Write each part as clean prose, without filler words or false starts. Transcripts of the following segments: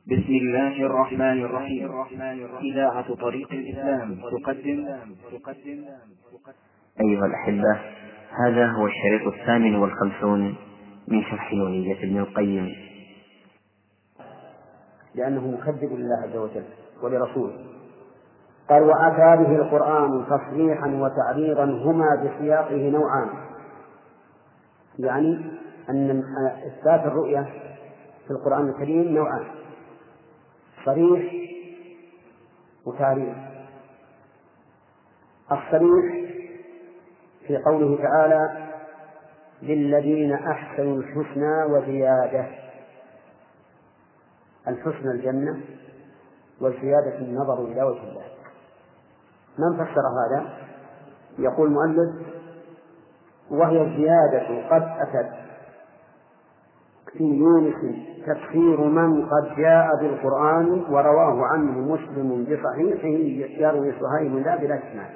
بسم الله الرحمن الرحيم. إذاعة طريق الإسلام تقدم. أيها الأحبة، هذا هو الشريط 58 من شرح نونية ابن القيم، لأنه مكذب لله عز وجل ولرسوله. قال: وأتى به القرآن تصريحا وتعريضا هما بسياقه نوعان، يعني أن إثبات الرؤية في القرآن الكريم نوعان: صريح وتعريض. الصريح في قوله تعالى: للذين أحسنوا الحسنى وزيادة. الحسنى الجنة، والزيادة النظر إلى وجه الله. من فسر هذا؟ يقول المؤلف: وهي الزيادة قد أتت في يونس تفسير من قد جاء بالقرآن ورواه عنه مسلم بصحيحه يروي صهيب لا بلا إسناد.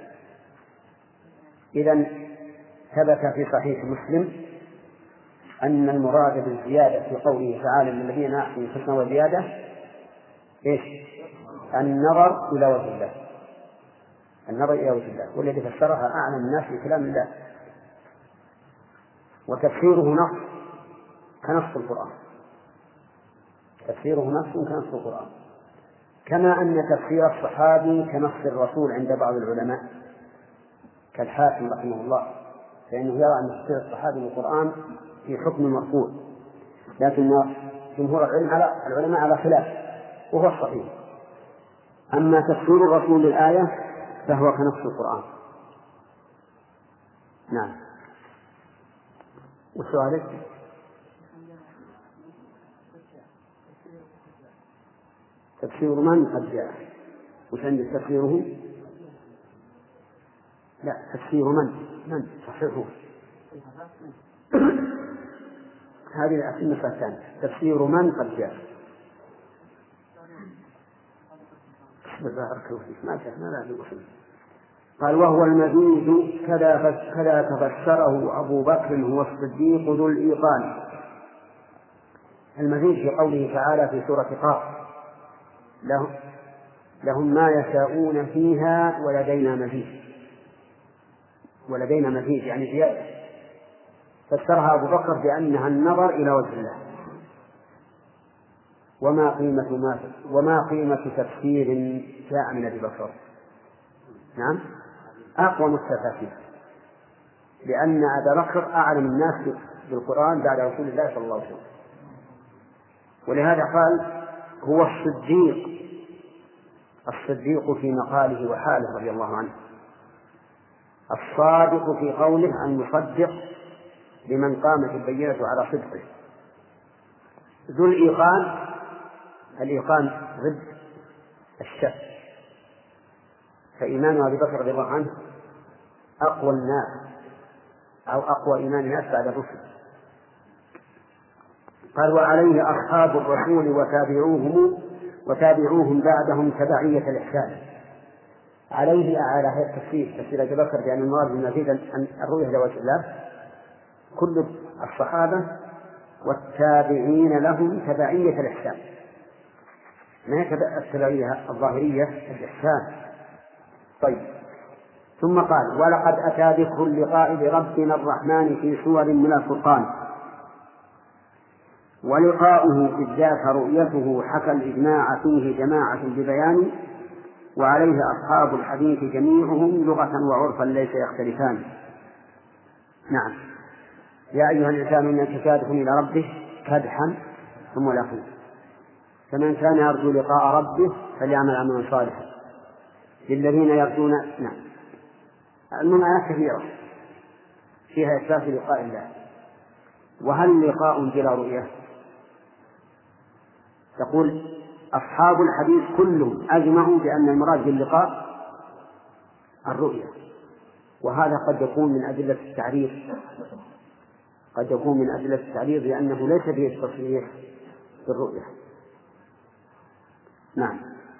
إذن ثبت في صحيح مسلم أن المراد بالزيادة في قوله تعالى: للذين أحسنوا الحسنى وزيادة إيش؟ النظر إلى وجه الله. النظر إلى وجه الله، والذي فسرها أعلم الناس بكلام الله، وتفسيره نص كنص القرآن. تفسيره نص كنص القرآن، كما أن تفسير الصحابي كنص الرسول عند بعض العلماء كالحاكم رحمه الله، فإنه يرى أن تفسير الصحابي للقرآن في حكم مرفوع، لكن جمهور العلماء على خلاف، وهو الصحيح. أما تفسير الرسول للآية فهو كنص القرآن. نعم. وسؤالك؟ تفسير من قد جاء، وش عندك تفسيره؟ لا، تفسير من صحيحه. هذه المسألة الثانية، تفسير من قد جاء. قال: وهو المزيد كذا تفسره أبو بكر هو الصديق ذو الإيقان. المزيد في قوله تعالى في سورة قاف: لهم ما يشاءون فيها ولدينا مزيد. ولدينا مزيد يعني زيادة. فسرها أبو بكر بأنها النظر إلى وجه الله. وما قيمة تفسير جاء من أبي بكر؟ نعم، أقوم التفاسير، لأن أبا بكر أعلم الناس بالقرآن بعد رسول الله صلى الله عليه وسلم. ولهذا قال: هو الصديق في مقاله وحاله رضي الله عنه، الصادق في قوله أن يصدق لمن قامت البينة على صدقه. ذو الإيقان ضد الشك، فإيمان أبي بكر رضي الله عنه أقوى الناس أو أقوى إيمان الناس بعد الرسل. قال: وعليه أصحاب الرسول وتابعوهم بعدهم تبعية الإحسان. عليه أعلى هذا تفسير أبي بكر بأن المراد بالمزيد أن الرؤية لوجه الله كل الصحابة والتابعين لهم تبعية الإحسان، ما هي التبعية الظاهرية، الإحسان. طيب، ثم قال: ولقد أتى ذكر اللقاء بربنا الرحمن في سور من الفرقان. ولقاؤه إذ ذاك رؤيته حكى الإجماع فيه جماعة ببيان، وعليه أصحاب الحديث جميعهم لغة وعرفا ليس يختلفان. نعم. يا أيها الإنسان إنك كادح إلى ربه كدحا ثم ملاقيه، فمن كان يرجو لقاء ربه فليعمل عملا صالحا. للذين يرجون. نعم. آيات كثيرة فيها إثبات لقاء الله. وهل لقاء بلا رؤية؟ تقول أصحاب الحديث كلهم أجمعوا بأن المراد باللقاء الرؤية، وهذا قد يكون من أدلة التعريض، لأنه ليس فيه التصريح بالرؤية. نعم.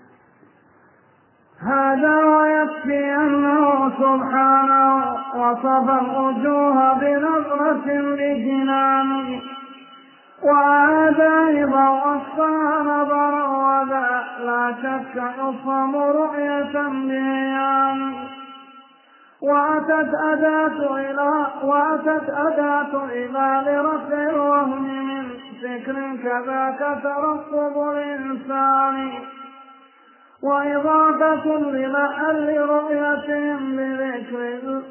هذا ويكفي أنه سبحانه وصف الوجوه بنظرة لجنان، وهذا أيضا وصفها نظرا شك يفهم رؤية بيان. وأتت أداة إلى لرفع الوهم من فكر كذاك ترقب الإنسان. وإضافة لمحل رؤيتهم بذكر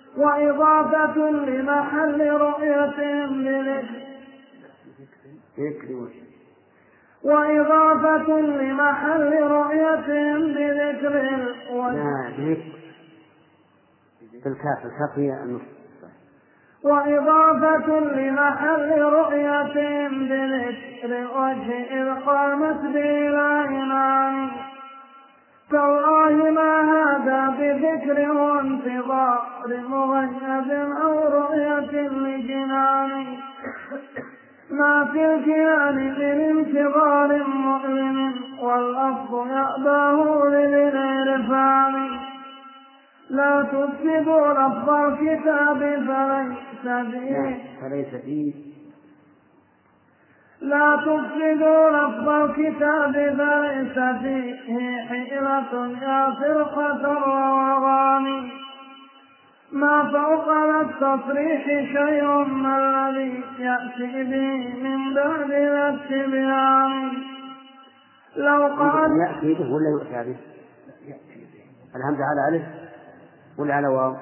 وجه إذ قامت بلا إنان. تالله ما هذا بذكر وانتظار مغيب أو رؤية لجنان. ما في الكيان من انتظار مؤلم والأصل يأباه للإرفان. لا تفسدوا لفظ الكتاب فليس فيه حيلة يا فرقة الروغان. ما فوق التصريح شيء ما الذي يأتي به من بعد الاتباع. لو قال يأتي به ولا يؤتى به؟ الهمزة على ألف ولا على واو؟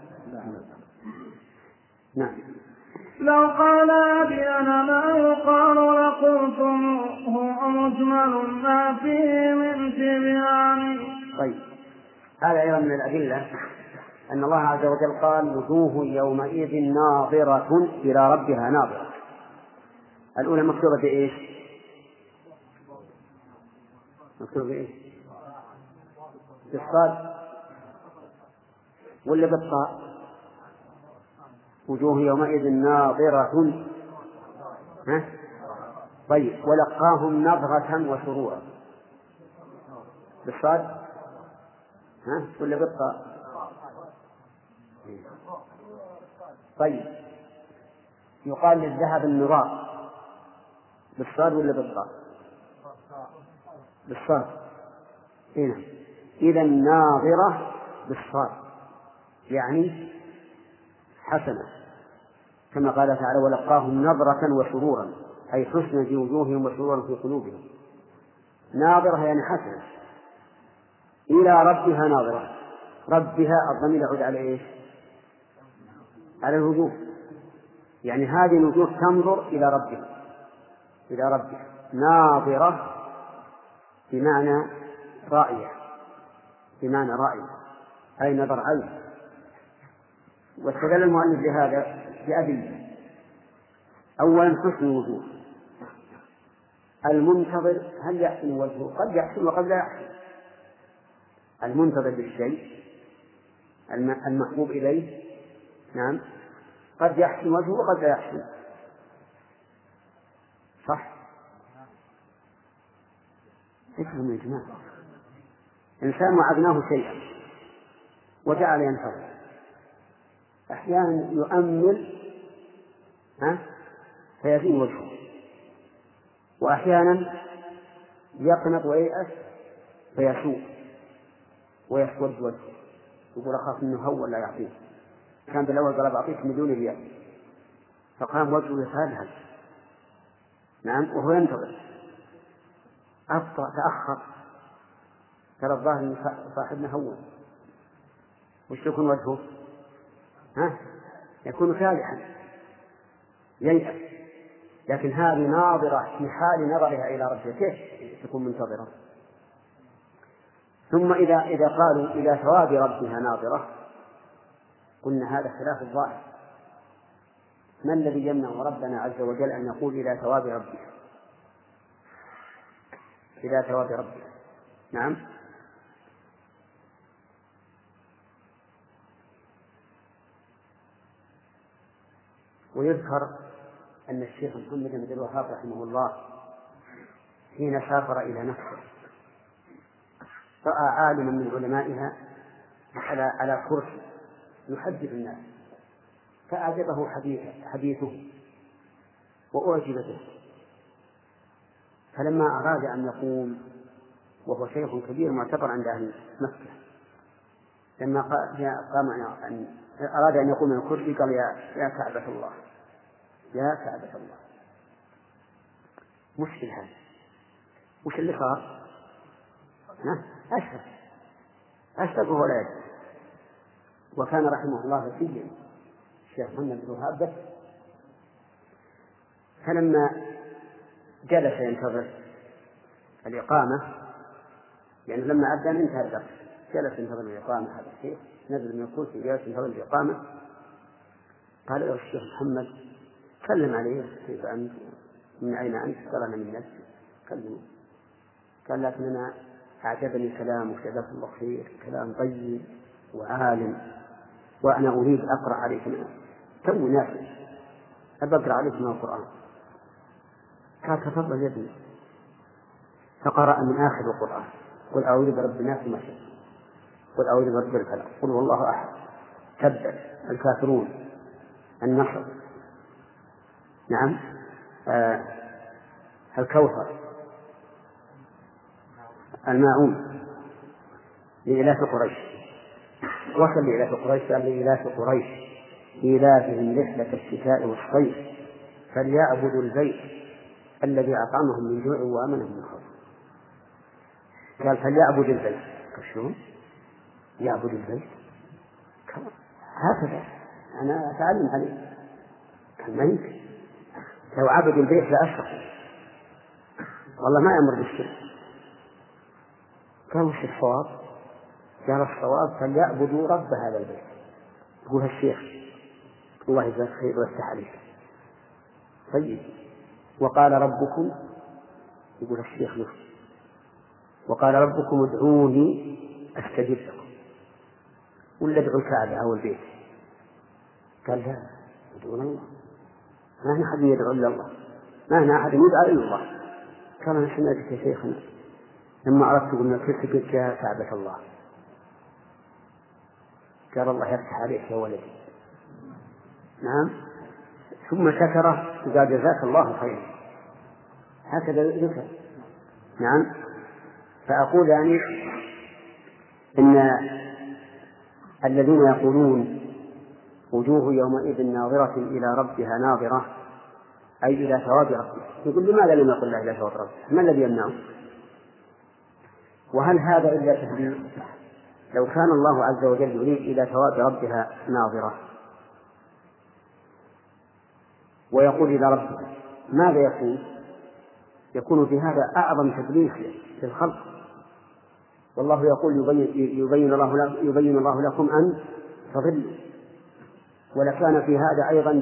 نعم. لو قال أبي أنا ما يقال لقلتم هو مجمل ما فيه من تبيان. طيب، هذا أيضا من الأدلة أن الله عز وجل قال وجوه يومئذ ناظرة إلى ربها ناظرة. الأولى مكتوبة بإيش؟ مكتوبة بإيش؟ بالصاد ولا بالطاء؟ وجوه يومئذ ناظرة. طيب، ولقاهم نظرة وسرورا. بالصاد ولا بالطاء؟ طيب، يقال للذهب النراء بالصاد ولا بالطاء؟ بالصاد. هنا إذا الناظرة بالصاد يعني حسنة، كما قال تعالى ولقاهم نظرة وسرورا، أي حسنا في وجوههم وسرورا في قلوبهم. ناظرة يعني حسنة. إلى ربها ناظرة. ربها الضمير يعود على إيش؟ على الوجوه، يعني هذه الوجوه تنظر إلى ربها. ناظرة بمعنى رائية، أي نظر عين. واستدل المؤلف بهذا بأدلة. أولا حسن الوجوه. المنتظر هل يحسن وجهه؟ قد يحسن وقد لا يحسن. المنتظر بالشيء المحبوب إليه نعم قد يحسن وجهه وقد لا يحسن. صح؟ اسمه يا جماعة. إنسان وعدناه شيئا وجعل ينتظر، أحيانا يؤمل فيزين وجهه، وأحيانا يقنط وييأس فيسوء ويسود وجهه، يقول أخاف منه هو ولا يعطيه. كان بالأول قال أعطيك مليون ريال، فقام وجهه يتهلهل نعم وهو ينتظر، أبطأ تأخر، ترى الظاهر صاحبنا هو وش يكون وجهه؟ يكون فالحا ييأس. لكن هذه ناظرة في حال نظرها إلى ربها، كيف تكون منتظرة؟ ثم إذا قالوا إلى ثواب ربها ناظرة قلنا هذا خلاف الظاهر. ما الذي يمنع ربنا عز وجل أن يقول إلى ثواب ربها؟ إلى ثواب ربها نعم. ويذكر أن الشيخ محمد بن عبد الوهاب رحمه الله حين سافر إلى مكة رأى عالما من علمائها على كرسي يحدث الناس، فأعجبه حديثه وأعجب به، فلما أراد أن يقوم وهو شيخ كبير معتبر عند أهل مكة، لما قام أن أراد أن يقوم من الكرسي قال يا كعبة الله، يا كعبة الله. مشكل هذا. وش اللي صار؟ أشرب وهو لا يدري. وكان رحمه الله فيه الشيخ محمد بن وهاب بس. فلما جلس ينتظر الإقامة، يعني لما أذن انتهى الدرس، جلس ينتظر الإقامة. هذا الشيخ نزل من الكرسي جلس ينتظر الإقامة. قال له الشيخ محمد سلم عليه، كيف أنت؟ من أين أنت؟ قال أنا من نفسي. كلمه. قال لكن أنا أعجبني كلامك جزاك الله خير، كلام طيب وعالم، وأنا أريد أقرأ عليك توي نافع، أبى أقرأ عليك من القرآن. قال تفضل يا ابني. فقرأ من آخر القرآن: قل أعوذ برب الناس ما شاء، قل أعوذ برب الفلق، قل هو الله أحد، تبت، الكافرون، النصر، نعم، الكوثر، الماعون، لإلاف قريش. وصل لإلاف قريش، قال لإلاف قريش إيلافهم رحلة الشتاء والصيف فليعبدوا البيت الذي أطعمهم من جوع وآمنهم من خوف. قال فليعبد البيت. شو يعبد البيت؟ هكذا أنا أتعلم عليه. قال ما يمكن، لو عبد البيت لأشرك، والله ما يأمر بالشرك. قال وش الصواب؟ قال الصواب فليعبدوا رب هذا البيت. يقول الشيخ الله يجزاك خير ويفتح عليك. طيب وقال ربكم، يقول الشيخ له، وقال ربكم ادعوني أستجب لكم، ولا ادعوا الكعبة أو البيت؟ قال لا، ادعون الله، ما هنا أحد يدعو إلا الله، ما هنا أحد يدعى إلا الله. قال أنا سمعتك يا شيخنا لما أردت قلنا كيف قلت يا كعبة الله. قال الله يفتح عليك يا ولدي. نعم. ثم شكره وقال جزاك الله خيرا. هكذا ذكر. نعم. فأقول يعني إن الذين يقولون وجوه يومئذ ناظرة إلى ربها ناظرة، أي إلى ثواب ربها، يقول لماذا لم يقل الله إلى ثواب ربها؟ ما الذي يمنعه؟ وهل هذا إلا تهديد؟ لو كان الله عز وجل يريد إلى ثواب ربها ناظرة ويقول إلى ربها، ماذا يكون؟ يكون في هذا أعظم تدليس للخلق. والله يقول يبين الله لكم أن تضلوا. ولكان في هذا أيضا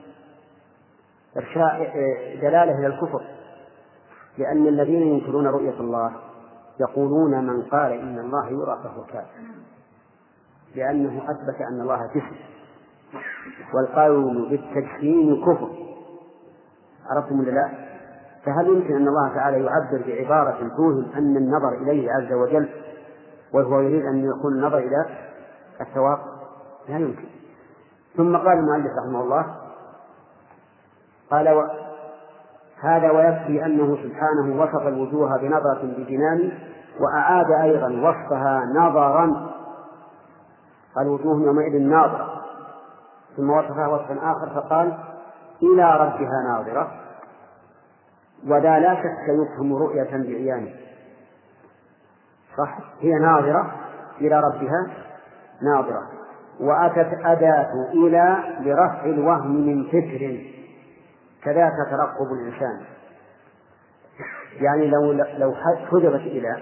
إرشاء دلالة إلى الكفر، لأن الذين ينكرون رؤية الله يقولون من قال إن الله يرى فهو كافر، لأنه أثبت أن الله جسم، والقول بالتجسيم كفر. عرفتم ولا لا؟ فهل يمكن أن الله تعالى يعبر بعبارة توهم أن النظر إليه عز وجل وهو يريد أن يكون النظر إلى الثواب؟ لا يمكن. ثم قال المؤلف رحمه الله قال هذا ويكفي أنه سبحانه وصف الوجوه بنظرة بجنان، وأعاد أيضا وصفها نظرا، قال وجوه يومئذ ناظرة، ثم وصفها وصفا آخر فقال إلى ربها ناظرة، وذا لا شك يفهم رؤية بعيانه. صح، هي ناظرة إلى ربها ناظرة. وأتت أداة إلى لرفع الوهم من فكر، كذاك ترقب الإنسان. يعني لو حذفت إلى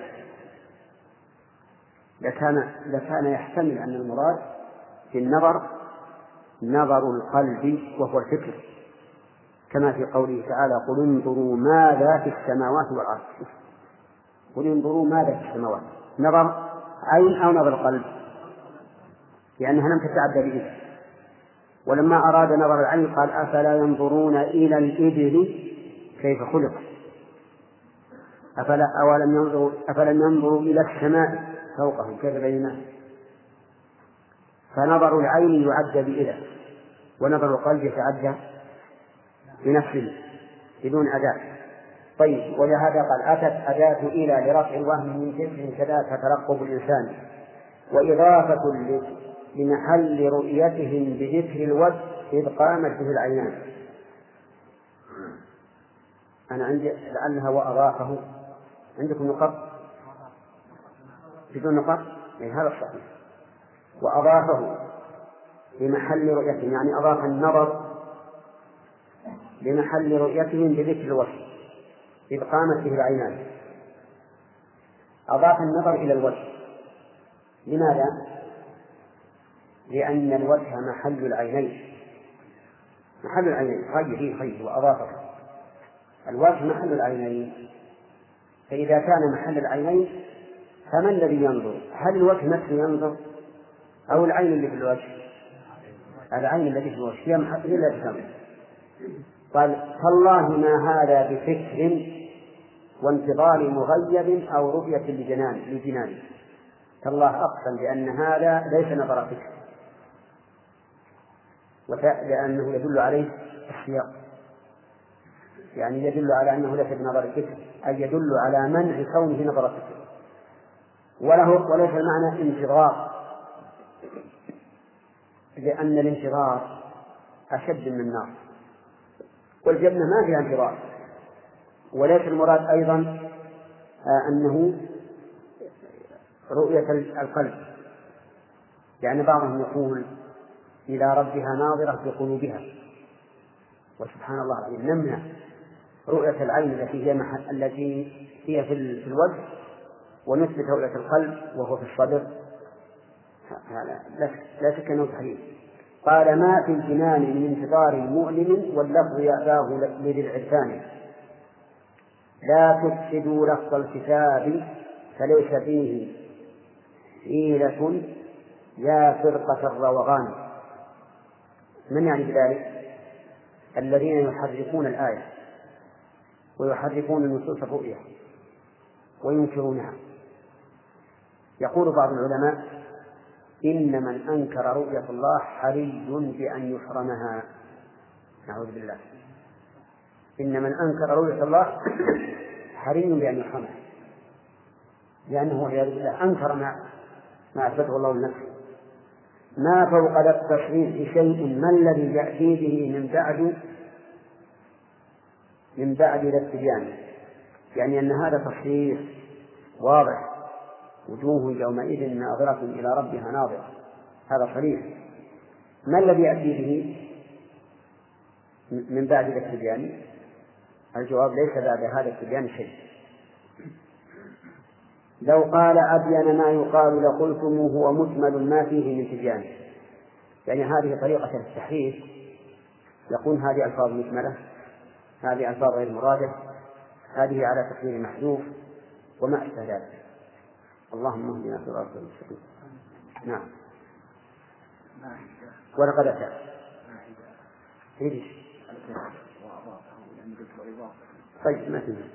لكان يحتمل أن المراد في النظر نظر القلب وهو الفكر، كما في قوله تعالى قل انظروا ماذا في السماوات والأرض. قل انظروا ماذا في السماوات، نظر عين أو نظر قلب، لأنها لم تتعدى بإذن. ولما أراد نظر العين قال أفلا ينظرون إلى الإبل كيف خلقت، أفلم ينظروا إلى السماء فوقهم كيف بينها. فنظر العين يعد بإله، ونظر القلب يتعدى بنفسه بدون أداة. طيب، ولهذا قال أتت أداة إلى لرفع الوهم من جنس كذاك ترقب الإنسان، وإضافة لمحل رؤيتهم بذكر الوجه إذ قامت به العينان. أنا عندي لأنها وأضافه، عندكم نقط بدون نقط؟ هذا الصحيح. وأضافه لمحل رؤيتهم، يعني أضاف النظر لمحل رؤيتهم بذكر الوجه إذ قامت به العينان. أضاف النظر إلى الوجه. لماذا؟ لأن الوجه محل العينين، محل العينين خير وأضافه. الوجه محل العينين، فإذا كان محل العينين فما الذي ينظر؟ هل الوجه نفسه ينظر أو العين اللي في الوجه؟ العين التي في الوجه هي محل الذي تنظر. قال تالله ما هذا بفكر وانتظار مغيب أو رؤية لجنان. تالله أقسم بأن هذا ليس نظر فكر، لأنه يدل عليه السياق، يعني يدل على أنه ليس بنظر فكر، أي يدل على منع كونه نظر فكر. وليس المعنى انتظار، لأن الانتظار أشد من النار، والجنة ما فيها انتظار. وليس المراد أيضا أنه رؤية القلب، يعني بعضهم يقول إلى ربها ناظرة بقلوبها، وسبحان الله العظيم نمنع رؤية العين التي هي في الوجه، ونثبت رؤية القلب وهو في الصدر. هذا لا شك أنه تحريم. قال ما في الجنان من انتظار مؤلم، واللفظ يأباه لذي العرفان. لا تفسدوا لفظ الكتاب فليس فيه حيلة يا فرقة الروغان. من يعني بذلك؟ الذين يحرفون الآية ويحرفون نصوص الرؤية وينكرونها. يقول بعض العلماء إن من أنكر رؤية الله حري بأن يحرمها، نعوذ بالله. إن من أنكر رؤية الله حري بأن يحرمها، لأنه والعياذ بالله أنكر ما أثبته الله لنفسه. ما فوق التصريح شيء ما الذي يأتي به من بعد الاستبيان، يعني أن هذا تصريح واضح، وجوه يومئذ ناظرة إلى ربها ناظرة، هذا صريح. ما الذي يأتي به من بعد الاستبيان؟ الجواب ليس بعد هذا الاستبيان شيء. لو قال أبين ما يقال لقلتموه ومجمل ما فيه من تبيان، يعني هذه طريقة التحريف، يقول هذه ألفاظ مجملة، هذه ألفاظ غير مرادة، هذه على تقدير محذوف وما أشبه ذلك. اللهم اهدنا صراطك المستقيم. نعم. ولقد أتى طيب ما تنسى.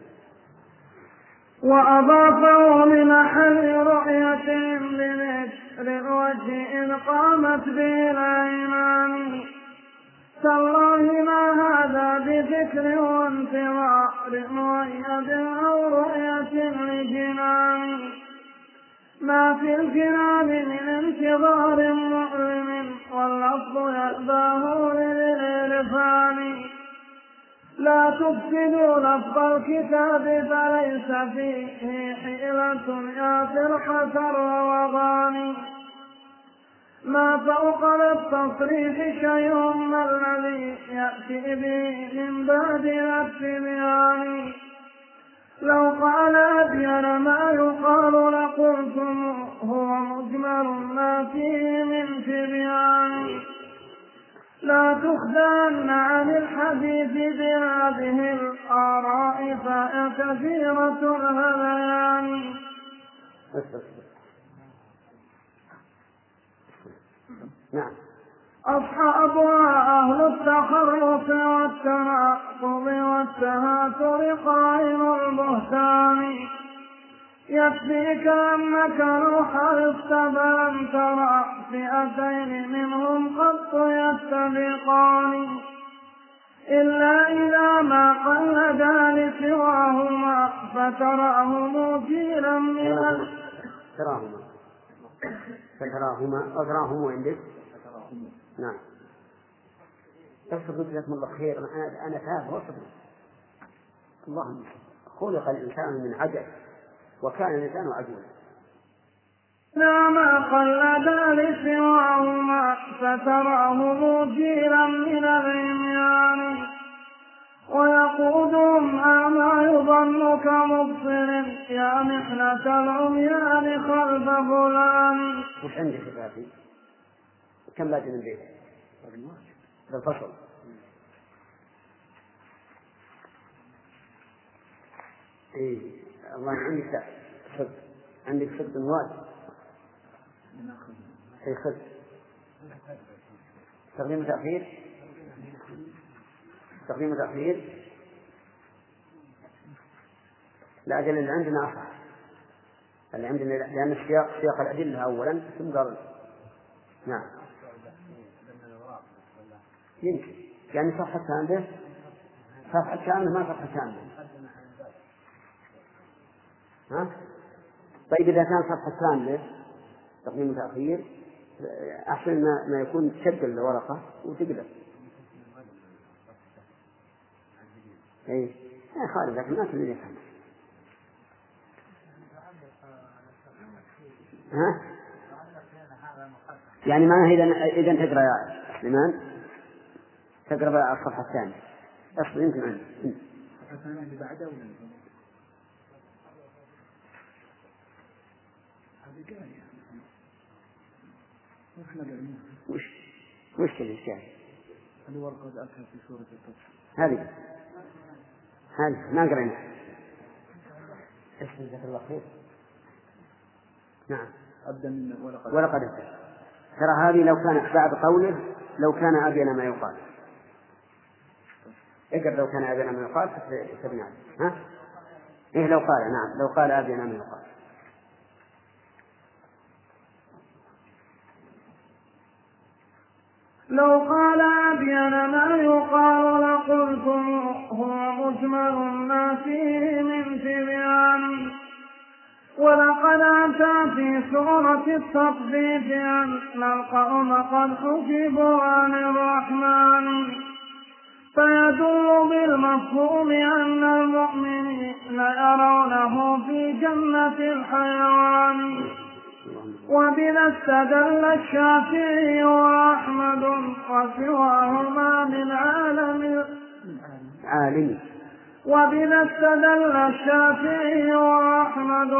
وأضافه لمحل رؤيتهم بذكر الوجه إذ قامت به العينان. تالله ما هذا بذكر وانتظار مؤيد أو رؤية لجنان. ما في الجنان من انتظار مؤلم، واللفظ يأباه للعرفان. لا تفسدوا لفظ الكتاب فليس فيه حيلة يا فرحة الروغان. ما فوق التصريح شيء ما الذي يأتي به من بعد الاستبيان. لو قال أبين ما يقال لقلتم هو مجمل ما فيه من تبيان. لا تخدعن عن الحديث بهذه الآراء فكثيرة الهذيان. نعم. أصحابها أهل التخرص والتناقض والتهاتر قائم البهتان. يكفيك أنك لو حرصت فلن ترى فئتين منهم قط يستبقان. إلا إذا ما قلد لسواهما فتراه موجيلا من فتراهما عندك. نعم. اصبر جزاكم الله خير، أنا فاهم. اصبر. اللهم خلق الإنسان من عجل وكان الإنسان عجولا. لا ما قلد لسواهما فتراه موجيلا من العميان ويقودهم أما يظن كمبصر يا محنة العميان خلف فلان. وش عندك يا أخي؟ كم باقي من بيت؟ بالفصل. إيه الله عندك صد، عندك صد واجب. أي خذ تقديم تأخير. تقديم تأخير لا أجل اللي عندنا أصح، اللي عندنا لأن السياق سياق الأدلة أولا ثم قال. نعم يمكن يعني صفحة كاملة، صفحة كاملة ما صفحة كاملة. ها؟ طيب إذا كان صفحة كاملة تقديم وتأخير أحسن ما يكون تشكل الورقة وتقلب. إيه يا خالد لكن ما تريد يفهم. ها؟ يعني معناه إذا تقرأ يا سليمان تقرأ بقى الصفحة الثانية. أصل يمكن عنه الصفحة الثانية اللي بعدها ولا وش الإشكال؟ الورقة ذاكرة في سورة الفتح. هذه ما قرأنا. جزاك الله خير. نعم أبدأ من ولقد ترى هذه لو كانت بعد قوله لو كان أبينا ما يقال. اقرأ لو كان أبينا ما يقال تبنى. ها؟ إيه لو قال نعم لو قال أبينا ما يقال. لو قال أبين ما يقال لقلتم هو مجمل ما فيه من تبيان. ولقد أتى في سورة التطبيق أن القوم قد حجبوا عن الرحمن فيدل بالمفهوم أن المؤمنين يرونه في جنة الحيوان. وبذا استدل الشافعي وأحمد وسواهما من عالم. وبذا استدل الشافعي وأحمد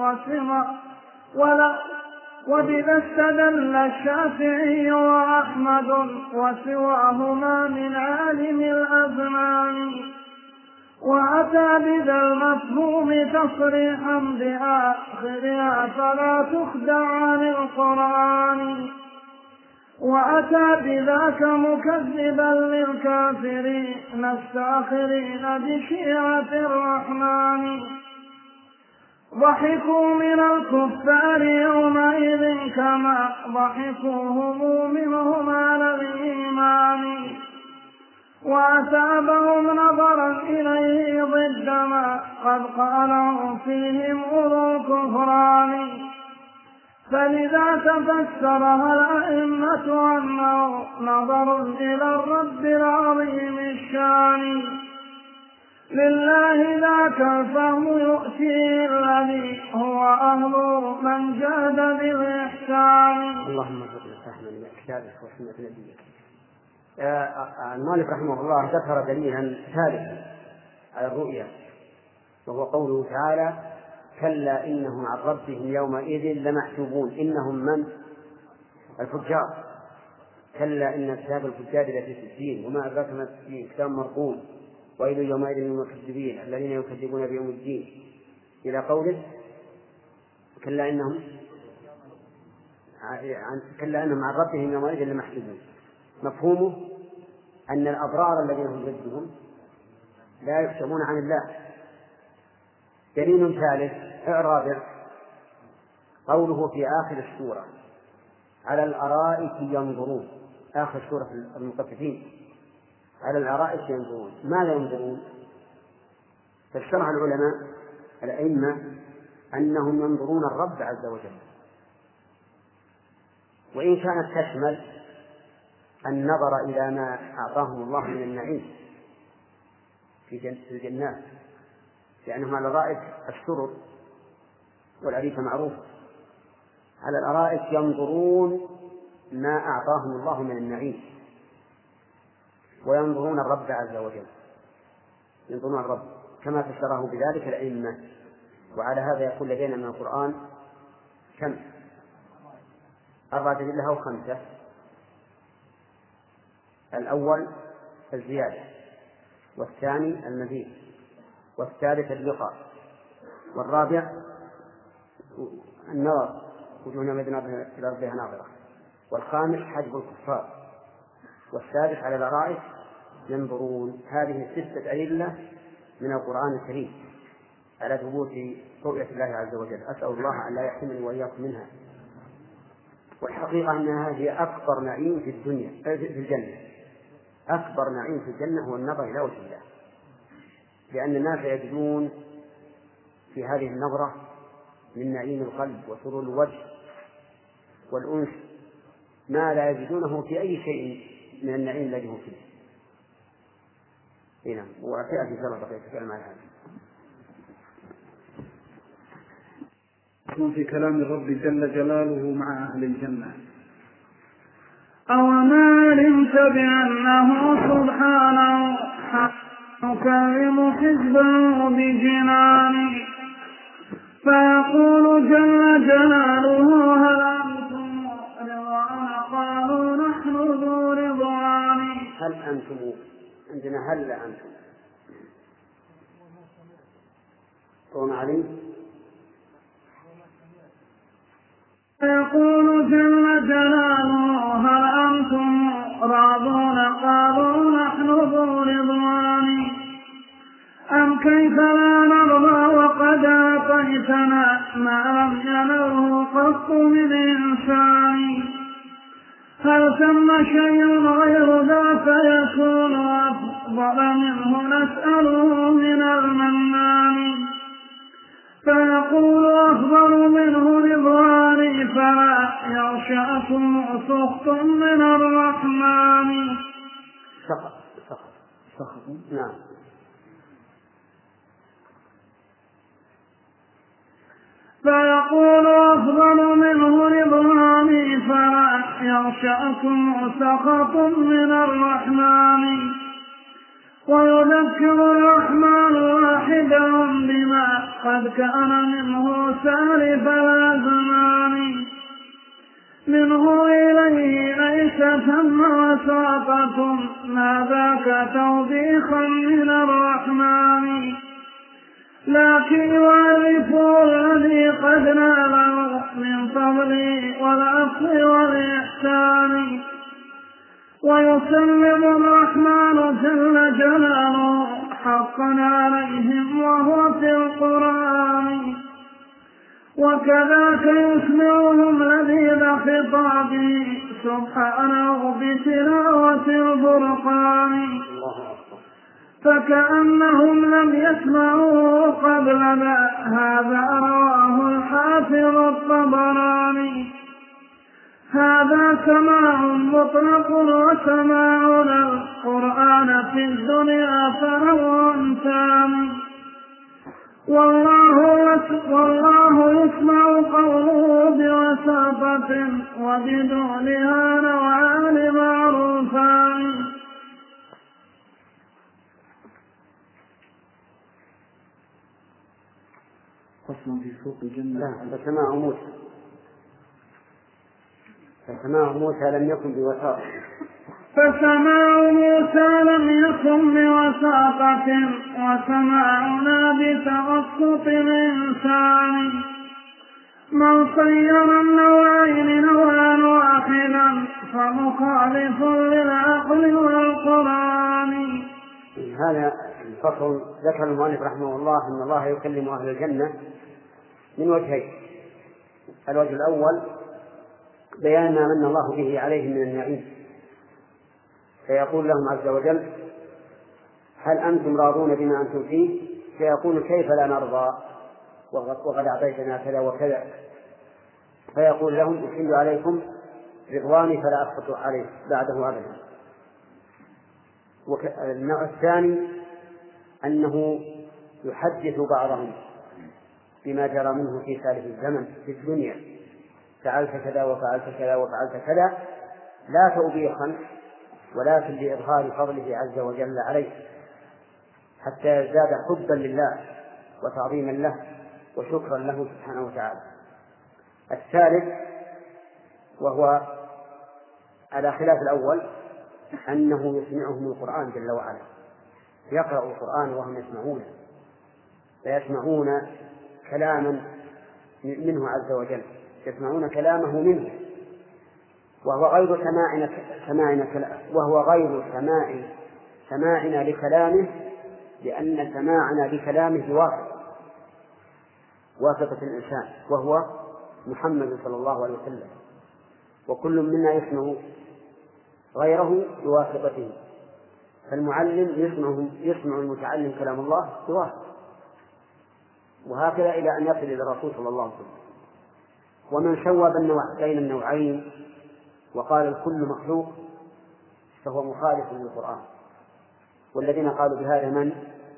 وسواهما من عالم الأزمان. وأتى بذا المفهوم تصريحا بآخرها فلا تخدع عن القرآن. وأتى بذاك مكذبا للكافرين الساخرين بشيعة الرحمن. ضحكوا من الكفار يومئذ كما ضحكوهم منهم على الإيمان. وأثابهم نظرا إليه ضد ما قد قاله فيهم أولو الكفران. فلذا تفسرها الأئمة أنه نظر إلى الرب العظيم الشان. لله ذاك الفهم يؤتيه الذي هو أهل من جاد بالإحسان. اللهم صل وسلم على كتابك وسنة نبيك. المؤلف رحمه الله ذكر دليلا ثالثا على الرؤيا وهو قوله تعالى كلا إنهم عن ربهم يومئذ لمحجوبون. إنهم من؟ الفجار. كلا إن كتاب الفجار لفي سجين وما أدراك ما سجين كتاب مرقوم ويل يومئذ للمكذبين الذين يكذبون بيوم الدين إلى قوله كلا إنهم عن ربهم يومئذ لمحجوبون. مفهومه أن الأبرار الذين هم ضدهم لا يحجبون عن الله. دليل ثالث رابع قوله في آخر السورة على الأرائك ينظرون. آخر سورة المطففين على الأرائك ينظرون. ماذا ينظرون؟ فسرها العلماء الأئمة أنهم ينظرون الرب عز وجل، وإن كانت تشمل النظر إلى ما أعطاهم الله من النعيم في الجنات، لأنهم على الأرائك السرر والأريكة معروف، على الأرائك ينظرون ما أعطاهم الله من النعيم، وينظرون الرب عز وجل، ينظرون الرب كما فسره بذلك الأئمة. وعلى هذا يقول لدينا من القرآن كم؟ 4 أدلة أو 5. الأول الزيادة، والثاني المزيد، والثالث اللقاء، والرابع النظر وجوه يومئذ إلى ربها ناظرة، والخامس حجب الكفار، والسادس على الأرائك ينظرون. هذه 6 أدلة من القرآن الكريم على ثبوت رؤية الله عز وجل. أسأل الله أن لا يحرمني وإياكم منها. والحقيقة أنها هي أكبر نعيم في الدنيا في الجنة. أكبر نعيم في الجنة هو النظر إلى وجه الله، لأن الناس يجدون في هذه النظرة من نعيم القلب وسرور الوجه والأنس ما لا يجدونه في أي شيء من النعيم الذي هم فيه. هنا وأتأتي إن شاء الله بقية الكلام على هذا. في كلام الرب جل جلاله مع أهل الجنة. أوما علمت بأنه سبحانه يكرم حزبه بجنانه، فيقول جل جلاله هل أنتم رضوان؟ قالوا نحن ذو رضوان. هل أنتم؟ عندنا هل أنتم وما عليه. فيقول جل جلاله هل أنتم راضون؟ قالوا نحن ذو رضوان. أم كيف لا نرضى وقد أعطيتنا ما لم ينله قط من إنسان؟ هل ثم شيء غير ذا فيكون أفضل منه نسأله من المنان؟ فيقول أفضل منه رضواني فلا يغشاكم سخط من الرحمن. سخط نعم. فيقول أفضل منه رضواني فلا يغشاكم سخط من الرحمن. ويذكر الرحمن واحدهم بما قد كان منه سالف الأزمان، منه إليه ليس ثم وساطة ما ذاك توبيخا من الرحمن، لكن يعرف الذي قد ناله من فضله والعفو والإحسان. ويسلم الرحمن جل جلاله حقا عليهم وهو في القرآن، وكذاك يسمعهم لذيذ خطابه سبحانه بتلاوة الفرقان، فكأنهم لم يسمعوه قبل ما هذا رواه الحافظ الطبراني. هذا سماع مطلق، وسماعنا القرآن في الدنيا فهو ثاني. والله يسمع قوله بوساطة وبدونها نوعان معروفان. فصل في سوق الجنة. لا، فسماع موسى، فسماع موسى لم يكن بوساطة. فسماع موسى لم يكن بوساطة، وسماعنا بتوسط الإنسان. من صير النوعين نوعا واحدا فمخالف للعقل والقرآن. هذا الفصل ذكر المؤلف رحمه الله أن الله يكلم أهل الجنة من وجهين. الوجه الأول بيان ما من الله به عليهم من النعيم، فيقول لهم عز وجل هل أنتم راضون بما أنتم فيه؟ فيقول كيف لا نرضى وقد أعطيتنا كذا وكذا، فيقول لهم أحل عليكم رضواني فلا أسخط عليه بعده أبدا. النوع الثاني أنه يحدث بعضهم بما جرى منه في سالف الزمن في الدنيا، فعلت كذا وفعلت كذا وفعلت كذا، لا توبيخا ولكن لإظهار فضله عز وجل عليه حتى يزداد حبا لله وتعظيما له وشكرا له سبحانه وتعالى. الثالث وهو على خلاف الأول أنه يسمعهم القرآن جل وعلا، يقرأ القرآن وهم يسمعونه، فيسمعون كلاما منه عز وجل، يسمعون كلامه منه، وهو غير سماعنا لكلامه، لأن سماعنا لكلامه واسطة الإنسان وهو محمد صلى الله عليه وسلم، وكل منا يسمع غيره بواسطته، فالمعلم يسمع المتعلم كلام الله بواسطة، وهكذا إلى أن يصل إلى الرسول صلى الله عليه وسلم. ومن شوب بين النوعين وقال الكل مخلوق فهو مخالف للقرآن، والذين قالوا بهذا من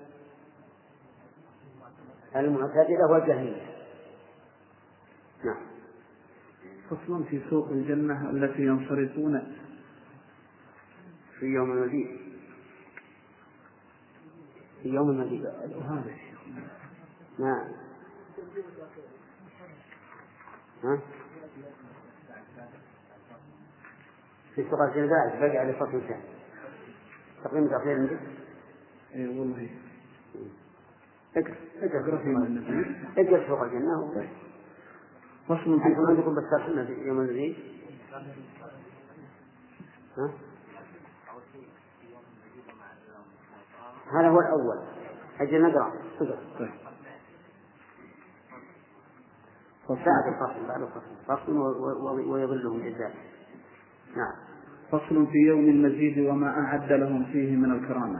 المعتزلة والجهمية. نعم. فصل في سوق الجنة التي ينصرفون في يوم المزيد. في يوم المزيد هذا نعم. ها؟ في سوق الجنة بقي على فصل ثاني تقييم تأخير المزيد. اي والله اقرأ سوق الجنة. فصل في أنتم عندكم بس يوم المزيد. ها؟ هذا هو الأول. أجل نقرأ. بعد الفصل ويظلهم جزاء. نعم. فصل في يوم المزيد وما أعد لهم فيه من الكرامة.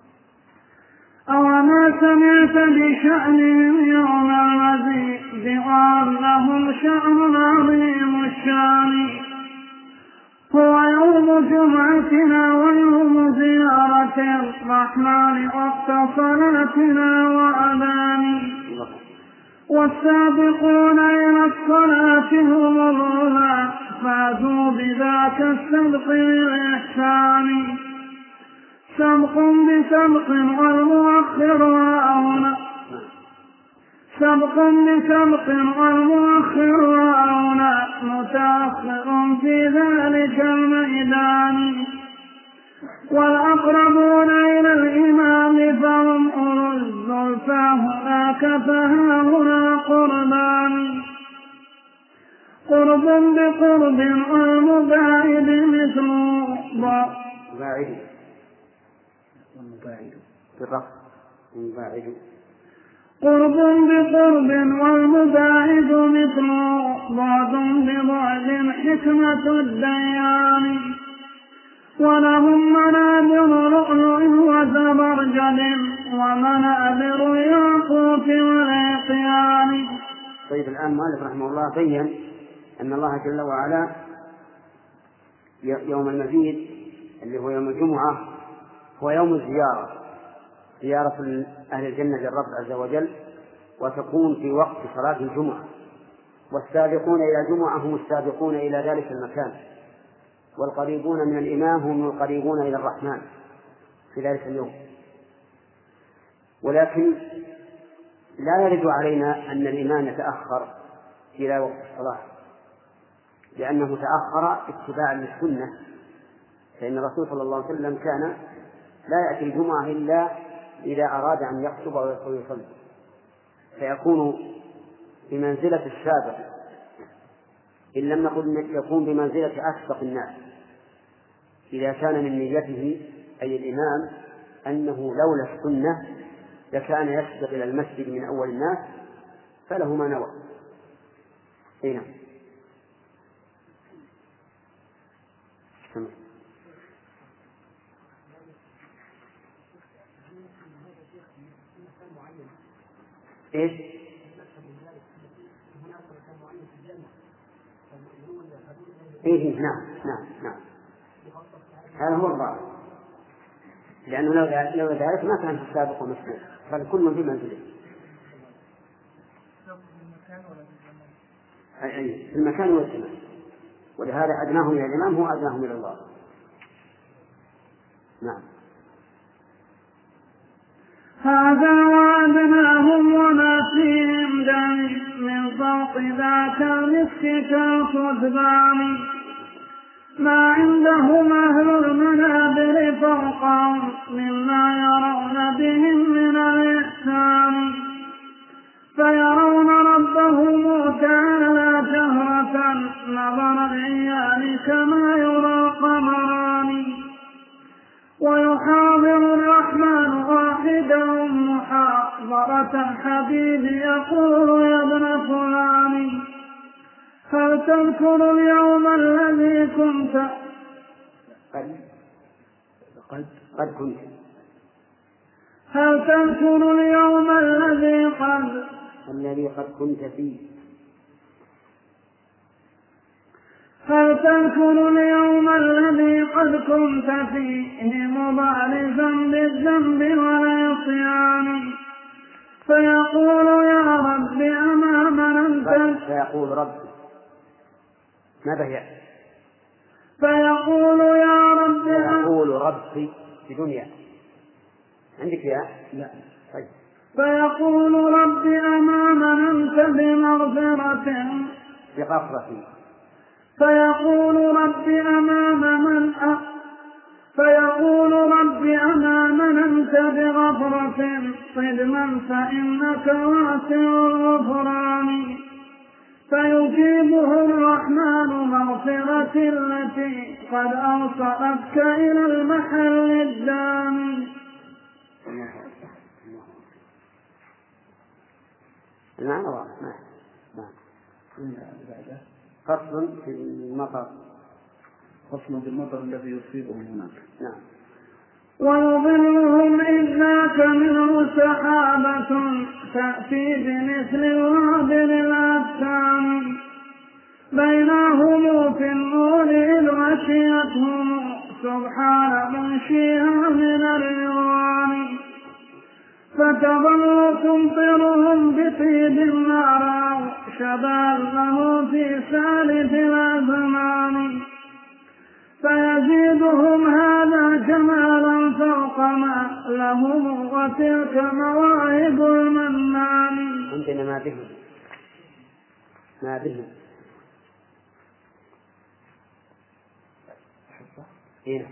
أوما سمعت بشأنهم يوم المزيد وأنهم شأن عظيم الشان، هو يوم جمعتنا ويوم زيارة الرحمن وقت صلاتنا وأذان، والسابقون إلى الصلاة هم الأولى فازوا بذاك السبق بالإحسان، سبق بسبق والمؤخر وأولى، سبق بسبق والمؤخر وأولى متأخر في ذلك الميدان، والأقربون إلى الإمام فهم أولو الزلفى هناك فهاهنا قربان، قرب بقرب والمباعد مثل باعد قرب بقرب والمباعد مثل بعد ببعد حكمة الديان، ولهم منابر لؤلؤ وزبرجد ومنابر ياقوت والعصيان. طيب الآن مالك رحمه الله بين أن الله جل وعلا يوم المزيد اللي هو يوم الجمعة هو يوم زيارة أهل الجنة للرب عز وجل، وتكون في وقت صلاة الجمعة، والسابقون إلى الجمعة هم السابقون إلى ذلك المكان، والقريبون من الإمام هم القريبون إلى الرحمن في ذلك اليوم. ولكن لا يرد علينا أن الإمام يتأخر إلى وقت الصلاة، لأنه تأخر اتباعا للسنة، فإن الرسول صلى الله عليه وسلم كان لا يأتي الجمعة إلا إذا أراد أن يخطب ويصلي، فيكون بمنزلة السابق، إن لم نقل يكون بمنزلة أسبق الناس، إذا كان من نيته أي الإمام أنه لولا السنة لكان يسبق إلى المسجد من أول الناس فله ما نوى. هنا إيش؟ إيه نعم هذا هو الظاهر، لأنه لو ذلك ما كان في السابق ومسبوق، بل كل في منزله. أي في المكان والزمان، ولهذا أدناهم إلى الإمام هو أدناهم إلى الله. نعم. هذا وعدناهم وما فيهم دليل من فوق ذاك المسك كالكتبان، ما عندهم أهل المنابر فوقهم مما يرون بهم من الإحسان، فيرون ربهم تعالى جهرة نظر العيان كما يرى القمران، ويحاضر الرحمن واحدهم محاضرة الحبيب يقول يا ابن فلان هل تذكر اليوم الذي كنت قد كنت هل تذكر اليوم الذي قد كنت فيه هل تذكر اليوم الذي قد كنت فيه مبارزا بالذنب والعصيان، فيقول يا رب أما مننت فيقول ربي ما بهي فيقول يا رب يقول ربي في دنيا عندك يا لا طيب. فيقول رب أما مننت بمغفرة بغفرة فيقول رب أما مننت بغفرة صدما فإنك واسع الغفران، فيجيبه الرحمن مغفرة التي قد أوصلتك إلى المحل الدامي. المعنى واضح. فصل في المطر، فصل في المطر الذي يصيبهم هناك. نعم. ويظلهم إذ ذاك منه سحابة تأتي بمثل الوابل الأبسام، بينهم في النور إذ غشيتهم سبحان منشيها من الرضوان، فتظل تمطرهم بطيب ما رأوا شبابه في سالف الأزمان، فيزيدهم هذا جمالا فوق ما لهم وتلك مواهب المنان. عندنا ما بهم هنا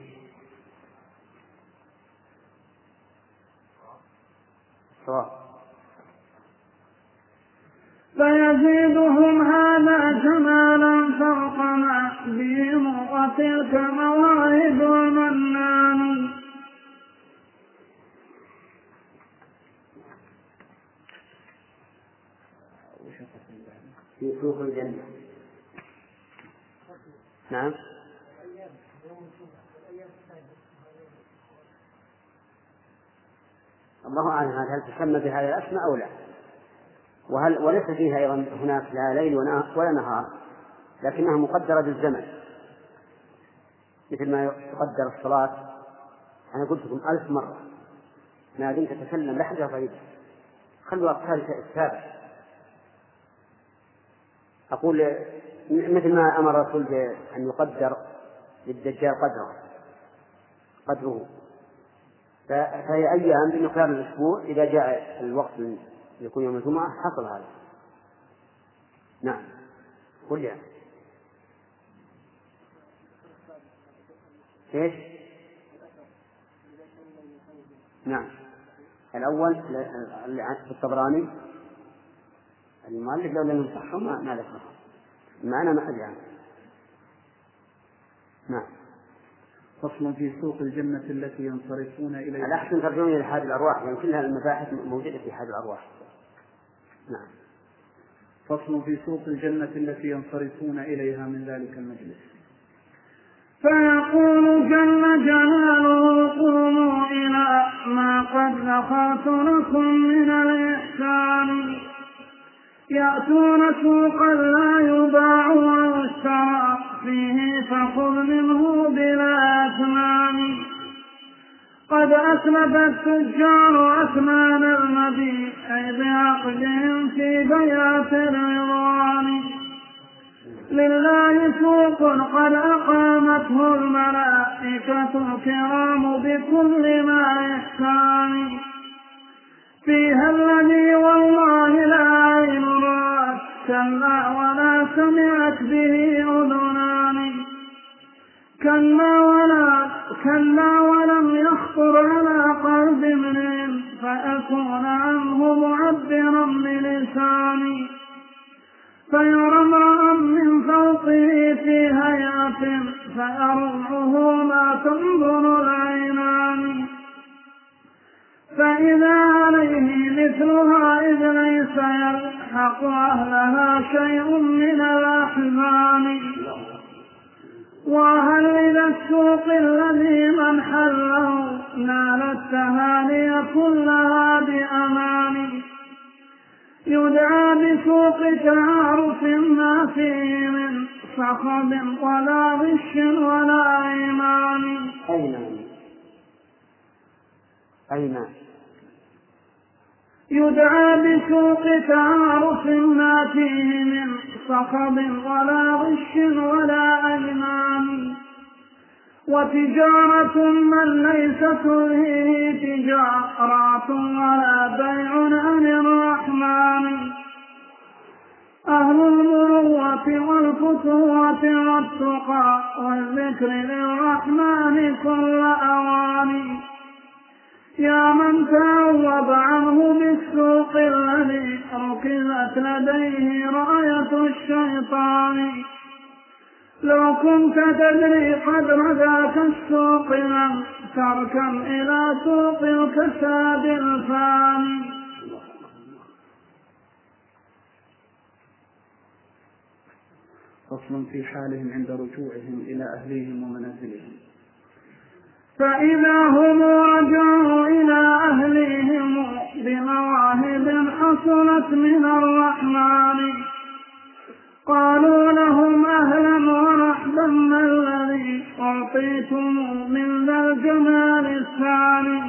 فيزيدهم هذا جمالا فوق ما بهم وتلك مواهب المنان. في سوق الجنة. نعم. الله أعلم هل تسمى بهذه الأسماء أو لا، وليس فيها أيضا هناك لا ليل ولا نهار، لكنها مقدرة بالزمن، مثل ما يقدر الصلاة. أنا قلت لكم 1000 مرة ما دمت تتكلم لا حاجة غريبة، خلوا أقوال السابع. أقول مثل ما أمر الرسول بأن يقدر للدجال قدره، فهي أيام بمقدار الأسبوع، إذا جاء الوقت يكون يوم الجمعة حصل هذا. نعم. قل يا إيش؟ نعم. الأول في الطبراني المؤلف لو لم يصحه ما ذكره، معنا ما أدري عنه. نعم. فصل في سوق الجنة التي ينصرفون إليها. الأحسن ترجعون إلى حاد الأرواح، لأن كلها المباحث موجودة في حاد الأرواح. نعم. فصل في سوق الجنة التي ينصرفون إليها من ذلك المجلس. فيقول جل جلاله قوموا إلى ما قد ذكرت لكم من الإحسان بإحسان يأتون سوقا لا يباع ويشترى فيه فخذ منه بلا أثمان قد أسلف التجار أثمان المبيع بعقدهم في بيعة الرضوان لله سوق قد أقامته الملائكة الكرام بكل ما إحسان فيها الذي والله لا عين رأت كلا ولا سمعت به أذنان كلا ولم يخطر على قلب امرئ فأكون عنه معبرا بلساني فيرى امرأ من فوقه في هيئة فيرعه ما تنظر العينان فإذا عليه مثلها إذ ليس يلحق أهلها شيء من الأحزان وهل إلى السوق الذي من حله نال التهاني كلها بأمان يدعى بسوق تعارف ما فيه من صخب ولا غش ولا أيمان يدعى بسوق تعارف ما فيه من صخب ولا غش ولا أيمان وتجارة من ليس تلهيه تجارات ولا بيع عن الرحمن أهل المروة والفتوة والتقى والذكر للرحمن كل أواني يا من تعوض عنه بالسوق الذي ركزت لديه راية الشيطان لو كنت تدري قدر ذاك السوق لم تركن إلى سوق الكساد الفاني فصل في حالهم عند رجوعهم إلى أهليهم ومنازلهم فإذا هم رجعوا إلى أهليهم بمواهب حصلت من الرحمن قالوا لهم أهلا ورحبا ما الذي أعطيتم من ذا الجمال الثاني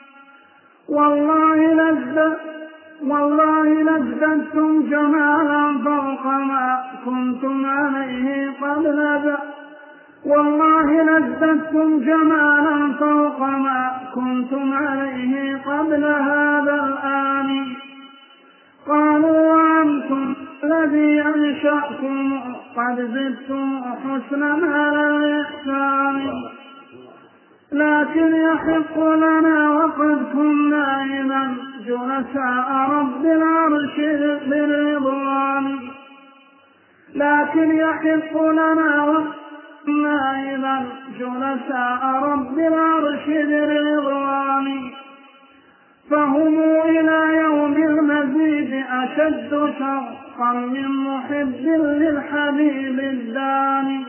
والله لازددتم جمالا فوق ما كنتم عليه قبل والله لازددتم جمالا فوق ما كنتم عليه قبل هذا الآن قالوا وأنتم الذي أنشأكم قد زدتم حسنا على الإحسان لكن يحق لنا وقد كنا إذا جلساء رب العرش بالرضوان لكن يحق لنا وقدنا إذا جلساء رب العرش بالرضوان فهم إلى يوم المزيد أشد شوقا من محب للحبيب الداني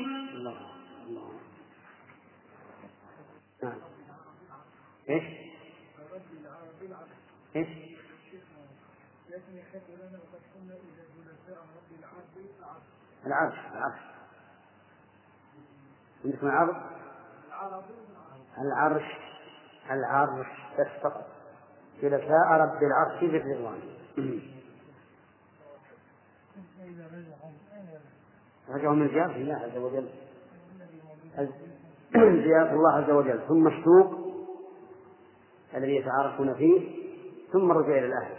ايش؟ ايش؟ العرش عندكم العرش بس فقط جلساء رب العرش بالرضوان رجعوا من زيارة الله عز وجل زيارة الله عز وجل ثم السوق الذي يتعارفون فيه ثم الرجوع إلى الأهل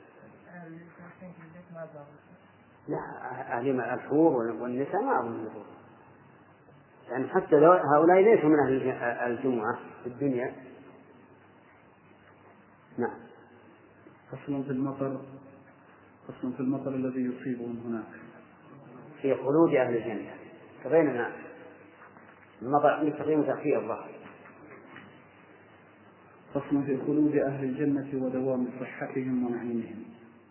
لا أهل مع الحور والنساء ما أظن الحور يعني حتى هؤلاء ليسوا من أهل الجمعة في الدنيا. نعم. فصل في المطر الذي يصيبهم هناك في خلود أهل الجنة كبيننا المطر لتقييم وتأخير الظهر. فصل في خلود أهل الجنة ودوام صحتهم ونعيمهم.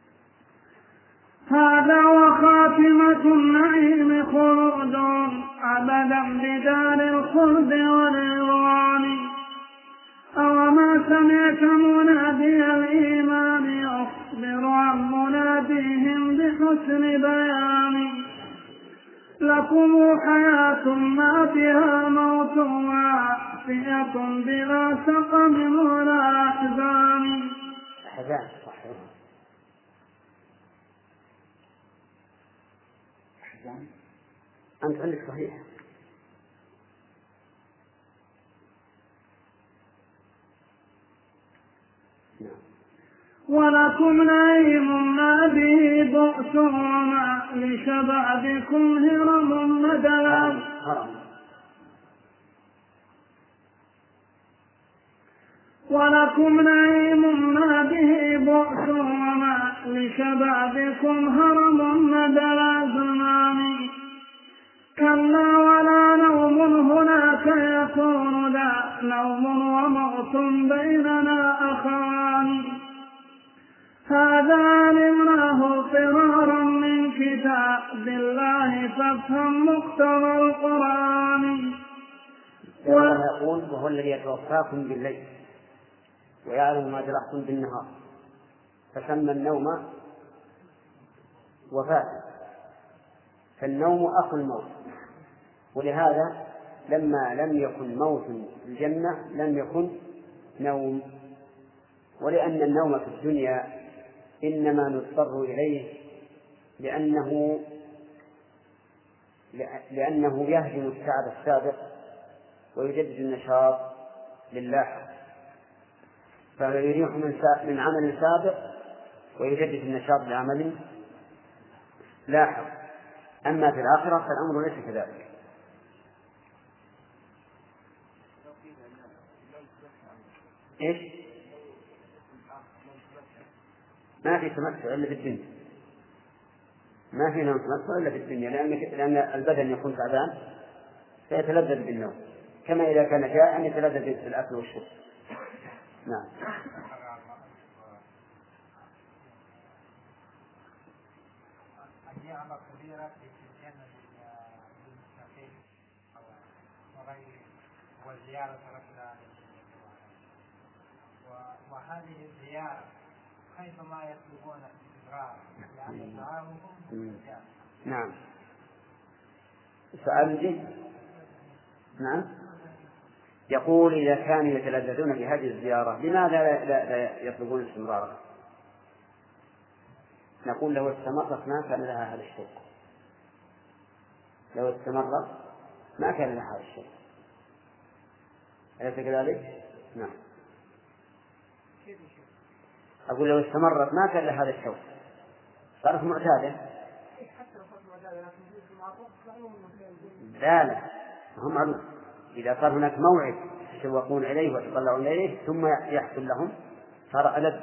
هذا وخاتمة النعيم خلود أبدا بدار الخلد والرضوان أوما سمعت منادي الإيمان يخبر فافهم مناديهم بحسن بيان. لكم حياة ما فيها موت وعافية بلا سقم ولا أحزان. أحزان صحيح. أحزان أنت عندك صحيح. ولكم نعيم ما به بؤس وما لشبابكم هرم مدلا. ولكم نعيم ما به بؤس وما لشبابكم هرم مدلا زمان. كلا ولا نوم هناك يكون ذا نوم وموت بيننا أخوان. هذا علمناه فرارا من كتاب الله فافهم مقتضى القرآن. يقول وهو الذي يتوفاكم بالليل ويعلم ما جرحتم بالنهار فسمى النوم وفاة، فالنوم أخو الموت، ولهذا لما لم يكن موت في الجنة لم يكن نوم. ولأن النوم في الدنيا إنما نضطر إليه لأنه يهدم التعب السابق ويجدد النشاط للاحق، فيريح من عمل سابق ويجدد النشاط لعمل لاحق. أما في الآخرة فالأمر ليس كذلك. إيش؟ ما في تمتع إلا في الدنيا، ما في نوم تمتع إلا في الدنيا، لأن البدن يكون تعبان فيتلذذ بالنوم، كما إذا كان جائعا يتلذذ بالأكل والشرب. نعم. النعمة كبيرة في الجنة للمتقين وغيره والزيارة ركنا، وهذه الزيارة كيفما يطلبون الاستمرار يعني دعاؤهم. نعم. سؤال جيد. نعم. يقول إذا كانوا يتلذذون بهذه الزيارة لماذا لا يطلبون استمرارها؟ نقول لو استمرت ما كان لها هذا الشيء، لو استمرت ما كان لها هذا الشيء، أليس كذلك؟ نعم. أقول لو استمرت ما كان لها هذا الشيء، صارت معتادة. لا هم معلوم، إذا صار هناك موعد يتشوقون إليه ويتطلعون إليه ثم يحصل لهم صار ألذ.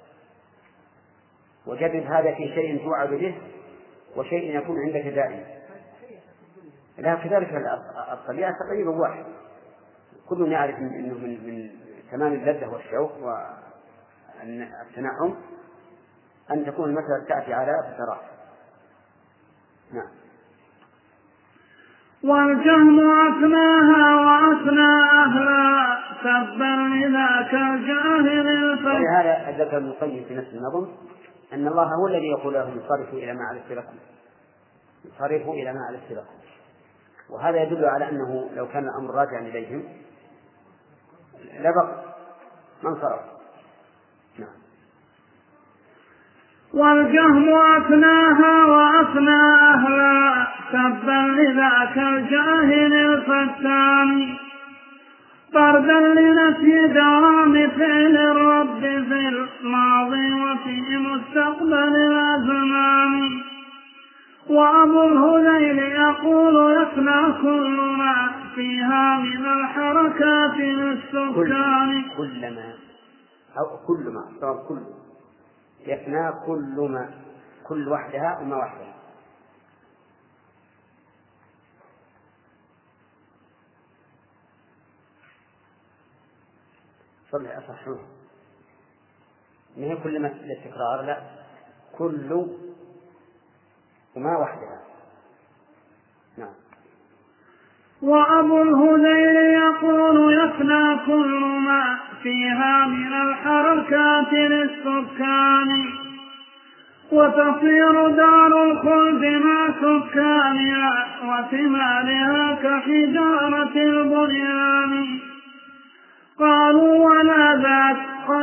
وجدد هذا في شيء توعد به وشيء يكون عندك دائما. لا كذلك الطبيعة تقريبا واحد، كل يعرف أنه من تمام اللذة والشوق والتنعم أن تكون المسألة تأتي على فترات. نعم. والجهل أفناها وأفنى أهلا تبا لذاك الجاهل الفقر. ولهذا ذكر ابن القيم في نفس النظم أن الله هو الذي يقول لهم انصرفوا إلى ما علمت لكم، انصرفوا إلى ما علمت لكم، وهذا يدل على أنه لو كان الأمر راجعا إليهم لبقى ما انصرف. نعم. والجهم أفناها وأفنى أهلا تبا لذاك الجاهل الفتان. طردا لنفي دوام فعل الرب في الماضي وفي مستقبل الأزمان. وأبو الهذيل يقول يفنى كل ما فيها من الحركات للسكان. كلما أو كل ما صار كل يفنى كل ما، كل وحدها وما وحدها. صلح أصحوه ما هي كل ما للتكرار، لا كل وما وحدها. نعم. وأبو الهذيل يقول يفنى كل ما فيها من الحركات للسكان. وتصير دار الخلد مع سكانها وثمارها كحجارة البنيان. قالوا ولا ذاك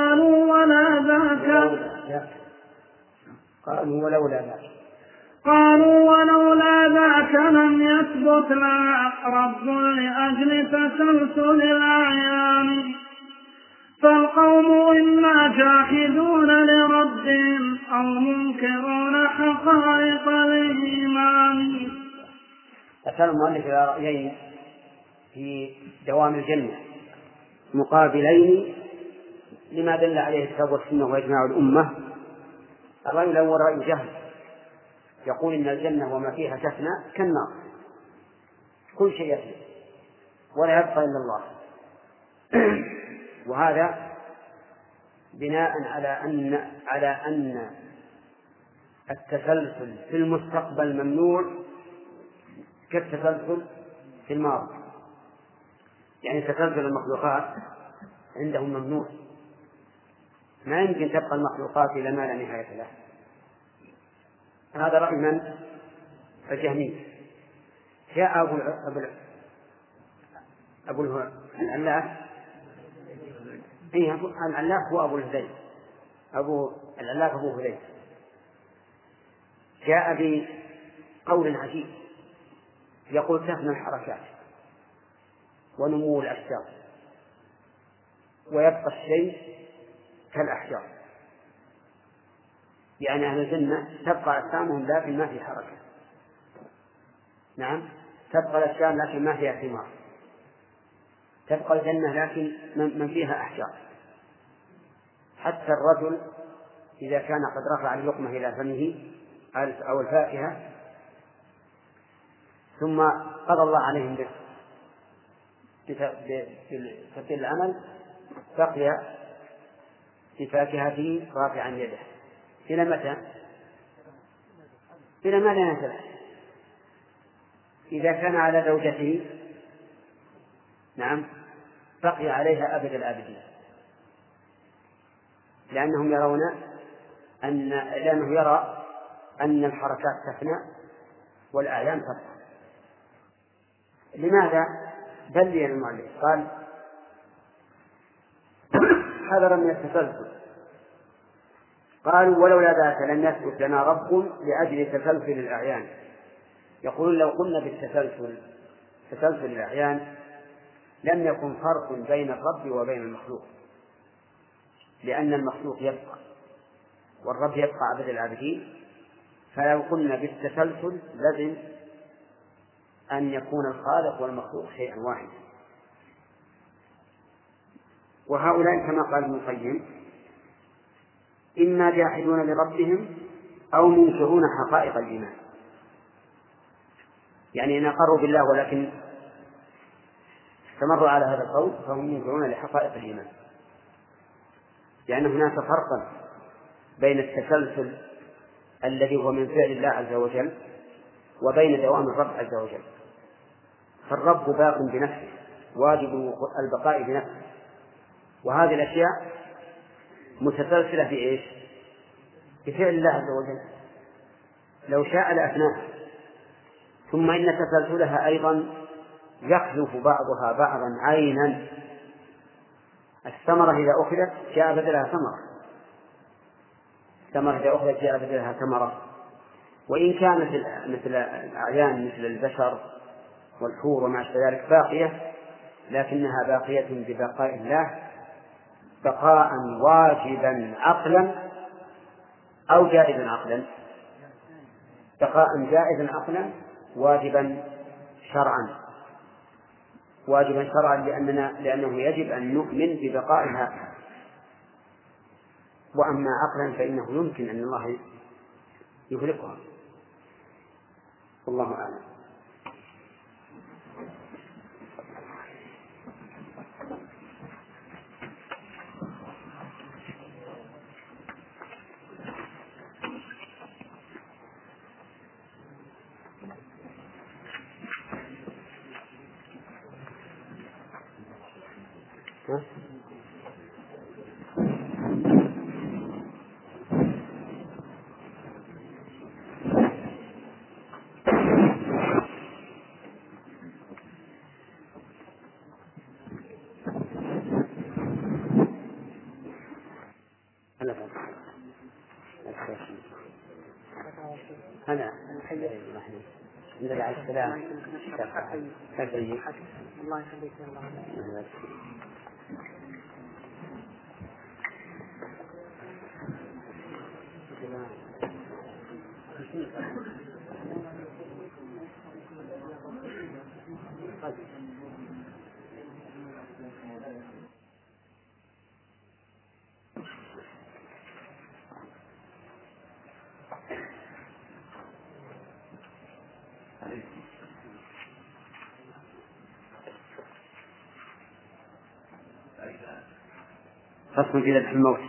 قالوا ولولا ذاك لم يثبت لنا رب لأجل تسلسل الأعيان. فالقوم إما جاحدون لربهم أو منكرون حقائق الإيمان. أشار المؤلف إلى رأيين في دوام الجنة مقابلين لما دل عليه الكتاب والسنة وإجماع الأمة. الرأي الأول رأي جهل، يقول إن الجنة وما فيها تفنى كالنار، كل شيء يفنى ولا يبقى إلا الله. وهذا بناء على أن التسلسل في المستقبل ممنوع كالتسلسل في الماضي، يعني تسلسل المخلوقات عندهم ممنوع، ما يمكن تبقى المخلوقات إلى ما لا نهاية له. هذا رأي من؟ الجهمي. جاء أبو العلاف العلاف هو أبو الهذيل، العلاف أبو هذيل، جاء بقول عجيب يقول تفنى الحركات ونمو الأشجار ويبقى الشيء كالأحجار، يعني أهل الجنة تبقى أجسامهم لكن ما في حركة. نعم، تبقى الأشجار لكن ما فيها ثمار، تبقى الجنة لكن من فيها أحجار. حتى الرجل إذا كان قد رفع اللقمة إلى فمه أو الفاكهة ثم قضى الله عليهم بتفضيل العمل بقي بفاكهته رافعا يده إلى متى؟ إلى ما لا ينتهي. إذا كان على زوجته نعم بقي عليها أبد الآبدين، لأنه يرى أن الحركات تفنى والأعيان تبقى. لماذا؟ بلي المؤلف قال حذرا من التسلسل. قالوا ولولا ذاك لم يثبت لنا رب لأجل تسلسل الأعيان. يقولون لو قلنا تسلسل الأعيان لم يكن فرق بين الرب وبين المخلوق، لأن المخلوق يبقى والرب يبقى أبد الآبدين. فلو قلنا بالتسلسل لازم أن يكون الخالق والمخلوق شيئا واحدا. وهؤلاء كما قال ابن القيم إما جاحدون لربهم أو منكرون حقائق الإيمان، يعني إن أقروا بالله ولكن استمروا على هذا القول فهم منكرون لحقائق الإيمان، لأن هناك فرقا بين التسلسل الذي هو من فعل الله عز وجل وبين دوام الرب عز وجل. فالرب باق بنفسه واجب البقاء بنفسه، وهذه الأشياء متسلسلة في إيش؟ بفعل الله عز وجل، لو شاء لأثناها. ثم إن تسلسلها أيضا يخلف بعضها بعضا عينا. الثمرة إذا أخذت جاء بدلها ثمرة، الثمرة إذا أخذت جاء بدلها ثمرة. وإن كانت مثل الأعيان مثل البشر والحور وما أشبه ذلك باقية، لكنها باقية ببقاء الله بقاء واجبا عقلا أو جائزا عقلا، بقاء جائزا عقلا واجبا شرعا. واجبا شرعا لأنه يجب أن نؤمن ببقائها، وأما عقلا فإنه يمكن أن الله يهلكها. والله أعلم. نزل على السلام. الله يخليك يا الله. فصل في ذبح الموت.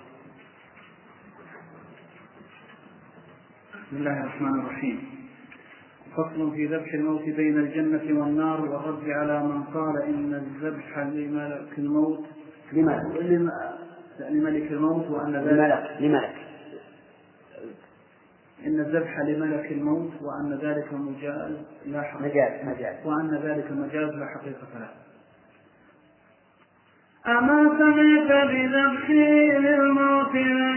بسم الله الرحمن الرحيم. فصل في ذبح الموت بين الجنة والنار والرد على من قال إن الذبح لملك الموت لملك الموت وأن ذلك إن الذبح لملك الموت وأن ذلك مجاز لا حقيقة وأن ذلك مجاز لا حقيقة له. أما سمعت بذبحه للموت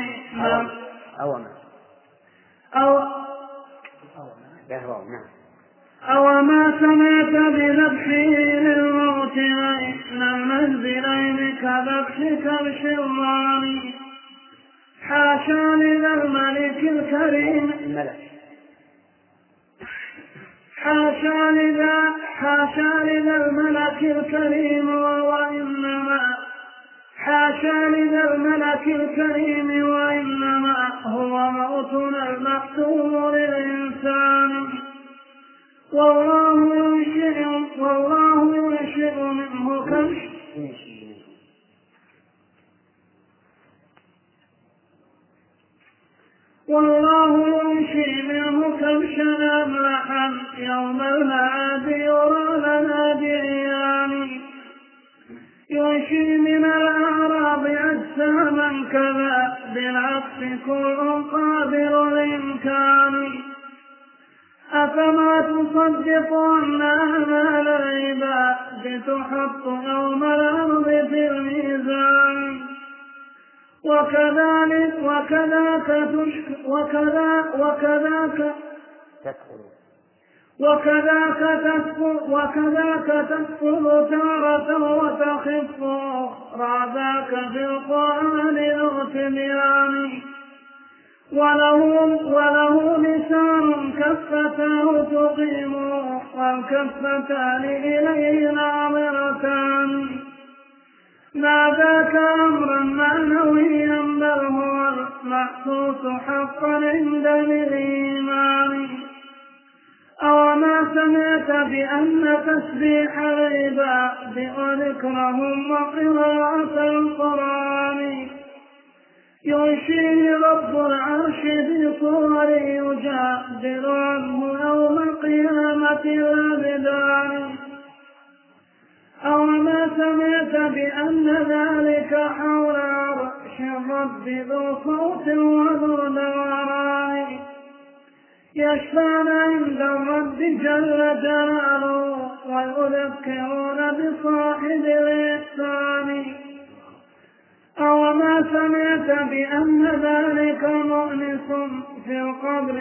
أو ما سمعت بذبحه للموت بين المنزلين كذبح كبش الران حاشا لذا الملك الكريم حاشا لذا الملك الكريم وإنما هو موتنا المحتوم للإنسان والله ينشئ منه كبشا أملحا يوم المعاد يرى لنا بريان ينشي من الأعراب أجساما كذا بالعكس كل قابل الإمكان أفما تصدق أن أعمال العباد تحط يوم الأرض في الميزان وكذاك تسقط تارة وتخف أخرى ذاك في القرآن ذو تبيان وله لسان كفتاه تقيم والكفتان إليه ناظرتان ما ذاك أمرا معنويا بل هو المحسوس حقا عند الإيمان أوما سمعت بأن تسبيح العباد وذكرهم وقراءة القرآن ينشيه رب العرش بصور يجادل عنه يوم القيامة الأبدان أوما سمعت بأن ذلك حول عرش الرب ذو صوت وذو دوران يشفعن عند الرب جل جلاله ويذكرون بصاحب الإحسان أوما سمعت بأن ذلك مؤنس في القبر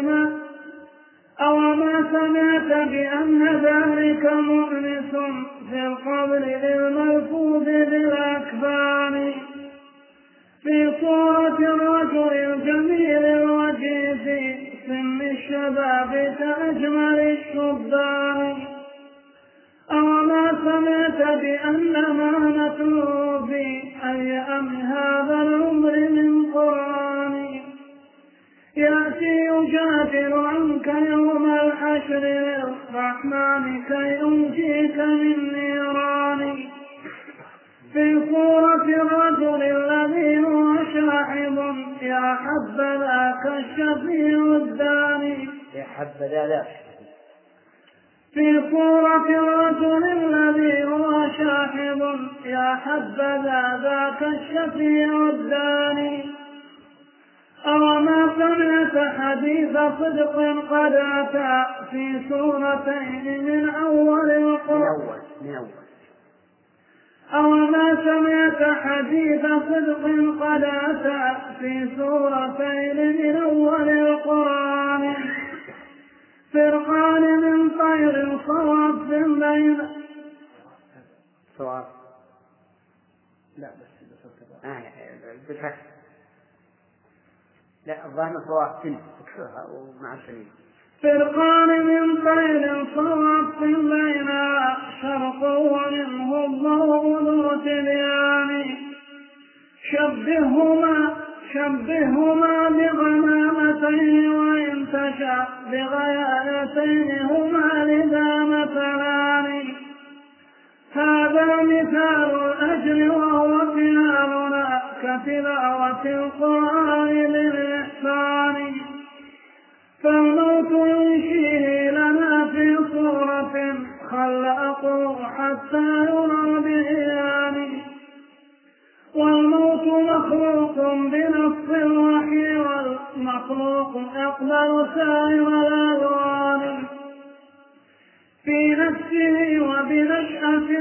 للملفوظ بالأكفان في صورة الرجل الجميل الوجيه في سن الشباب كأجمل الشبان أوما سمعت بأن ما نتلو في أيام هذا العمر من قرآن يأتي يجادل عنك يوم الحشر للرحمن كي ينجيك من نيران في صورة الرجل الذي هو شاحب يا حبذاك الشفيع الداني في صورة الرجل الذي هو شاحب يا حبذا ذاك الشفيع الداني أوما سمعت حديث صدق قد أتى في سورتين من أول القرآن أوما سمعت حديث صدق قد أتى في سورتين من أول القرآن بين صواب لا بس بالفتح. لا الظاهر صواب سن تكسرها ومع السنين. فرقان من طير صواب بين شرق ومنه الضوء ذو تبيان شبههما بغمامتين وإن تشاء بغيايتين هما لذا مثلان. هذا مثال الأجر وهو خلالنا كتلاوة القرآن بالإحسان. فالموت ينشيه لنا في صورة خلقه حتى يرى بإيان. والموت مخلوق بنص الوحي والمخلوق يقبل سائر الألوان. في نفسه وبنشأة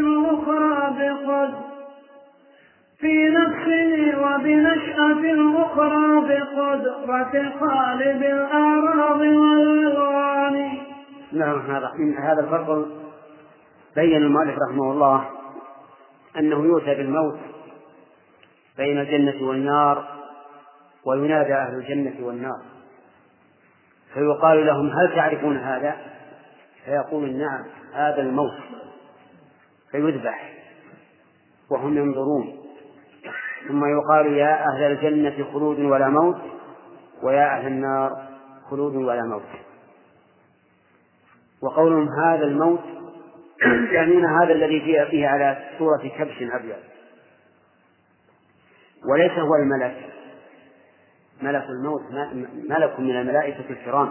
أخرى بقدرة قالب الأعراض والألوان. نعم. هذا الفرق بين المؤلف رحمه الله أنه يؤتى بالموت بين الجنة والنار وينادى أهل الجنة والنار فيقال لهم هل تعرفون هذا؟ فيقول نعم هذا الموت، فيذبح وهم ينظرون. ثم يقال يا أهل الجنة خلود ولا موت ويا أهل النار خلود ولا موت. وقولهم هذا الموت يعنون هذا الذي فيه على صورة كبش أبيض، وليس هو الملك. ملك الموت ملك من الملائكة الكرام،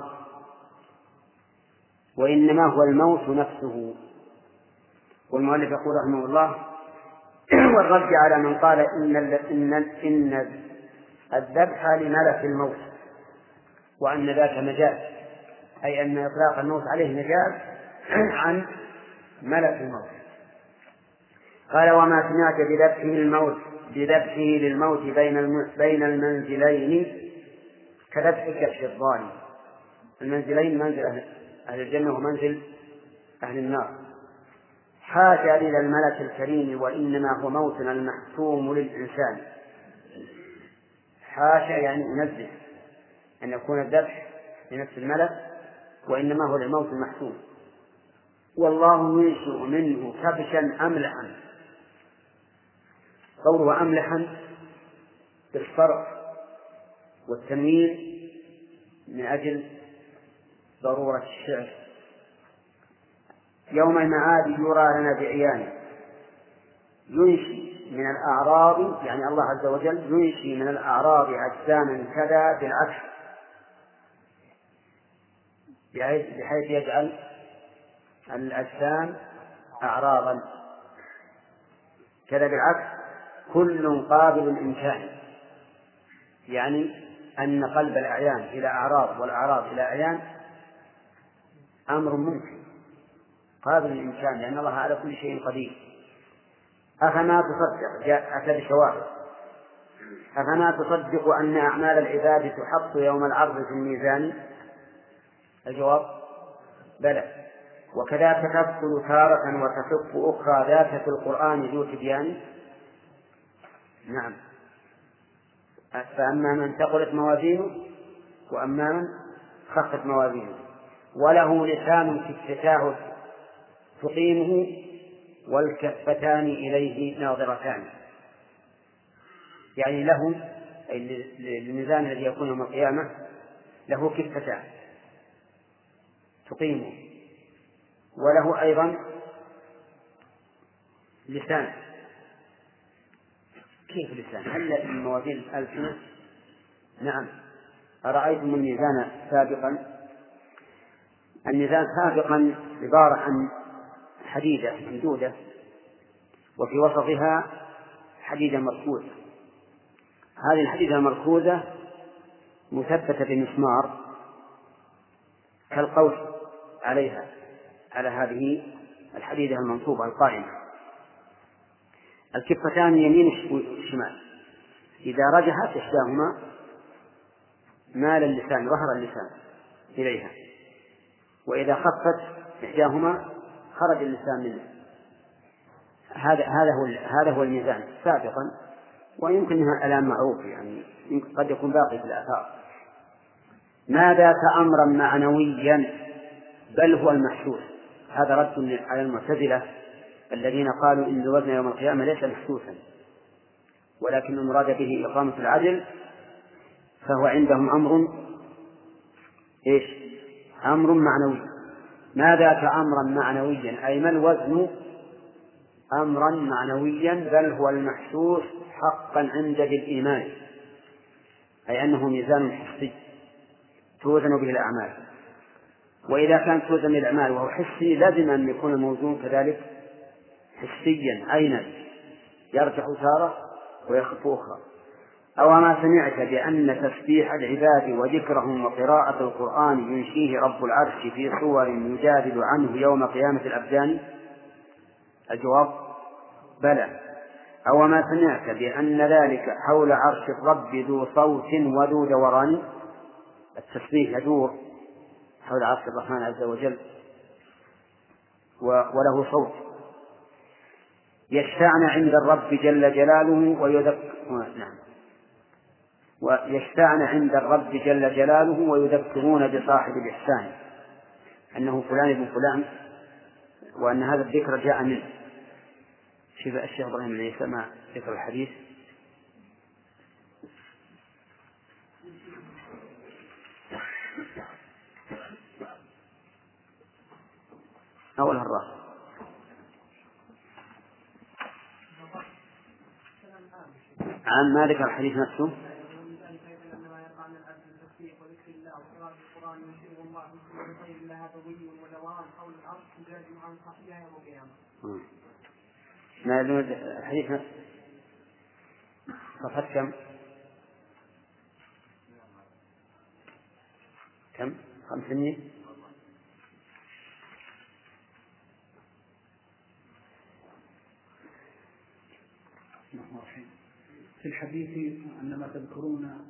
وإنما هو الموت نفسه. والمؤلف يقول رحمه الله والرد على من قال إن الذبح لملك الموت وأن ذاك مجاز، أي أن إطلاق الموت عليه مجاز عن ملك الموت. قال وما سمعت بذبحه للموت بين المنزلين كذبح كبش الضاني. المنزلين منزل أهل الجنة ومنزل أهل النار. حاشا إلى الملك الكريم وإنما هو موتنا المحتوم للإنسان. حاشا يعني ينزه أن يكون الذبح لنفس الملك، وإنما هو للموت المحتوم. والله ينشئ منه كبشا أملحا. قوله أملحا بالصرف والتنوين من أجل ضرورة الشعر. يوم المعاد يرى لنا بعيانه. ينشي من الأعراض يعني الله عز وجل ينشي من الأعراض أجساما كذا بالعكس، بحيث يجعل الأجسام أعراضا كذا بالعكس كل قابل الإمكان، يعني أن قلب الأعيان إلى أعراض والأعراض إلى أعيان أمر ممكن قابل الإمكان، لأن الله على كل شيء قدير. أفما تصدق أتى بشواهد. أفما تصدق أن أعمال العباد تحط يوم العرض في الميزان؟ الجواب بلى. وكذا تكفل تارة وتخف أخرى ذاك في القرآن ذو تبيان. نعم. فأما من ثقلت موازينه وأما من خفت موازينه. وله لسان كفتاه تقيمه والكفتان إليه ناظرتان. يعني له الميزان الذي يكون يوم القيامة له كفتان تقيمه، وله أيضا لسان. كيف لسان؟ هل الموازين الألسنة؟ نعم. أرأيتم الميزان سابقا؟ الميزان سابقا عبارة عن حديدة ممدودة وفي وسطها حديدة مركوزة. هذه الحديدة المركوزة مثبتة بمسمار كالقوس عليها على هذه الحديدة المنصوبة القائمة. الكفتان يمين والشمال، إذا رجحت إحداهما مال اللسان ظهر اللسان إليها، وإذا خفت إحداهما خرج اللسان منه. هذا هو الميزان سابقا، ويمكن أنها الآن معروف، يعني قد يكون باقي في الآثار. ما ذاك أمرا معنويا بل هو المحسوس. هذا رد على المعتزلة الذين قالوا إن الوزن يوم القيامة ليس محسوسا، ولكن المراد به إقامة العدل، فهو عندهم أمر أمر معنوي. ما ذاك أمرا معنويا أي ما الوزن أمرا معنويا بل هو المحسوس حقا عند ذي الإيمان، أي أنه ميزان حسي توزن به الأعمال. وإذا كانت توزن به الأعمال وهو حسي لازم أن يكون الموزون كذلك حسيا عينا، يرجح تارة ويخف أخرى. أو ما سمعت بأن تسبيح العباد وذكرهم وقراءة القرآن ينشيه رب العرش في صور يجادل عنه يوم قيامة الأبدان؟ الجواب بلى. أو ما سمعت بأن ذلك حول عرش الرب ذو صوت وذو دوران؟ التسبيح يدور حول عرش الرحمن عز وجل وله صوت. يشفعن عند الرب جل جلاله ويشفعن عند الرب جل جلاله ويذكرون بصاحب الإحسان أنه فلان ابن فلان، وأن هذا الذكر جاء منه. شوف الشيخ إبراهيم الذي سمع ذكر الحديث أول الراس عن ما ذكر الحديث نفسه. ما الحديث نفسه صفحة كم 500. في الحديث أنما تذكرون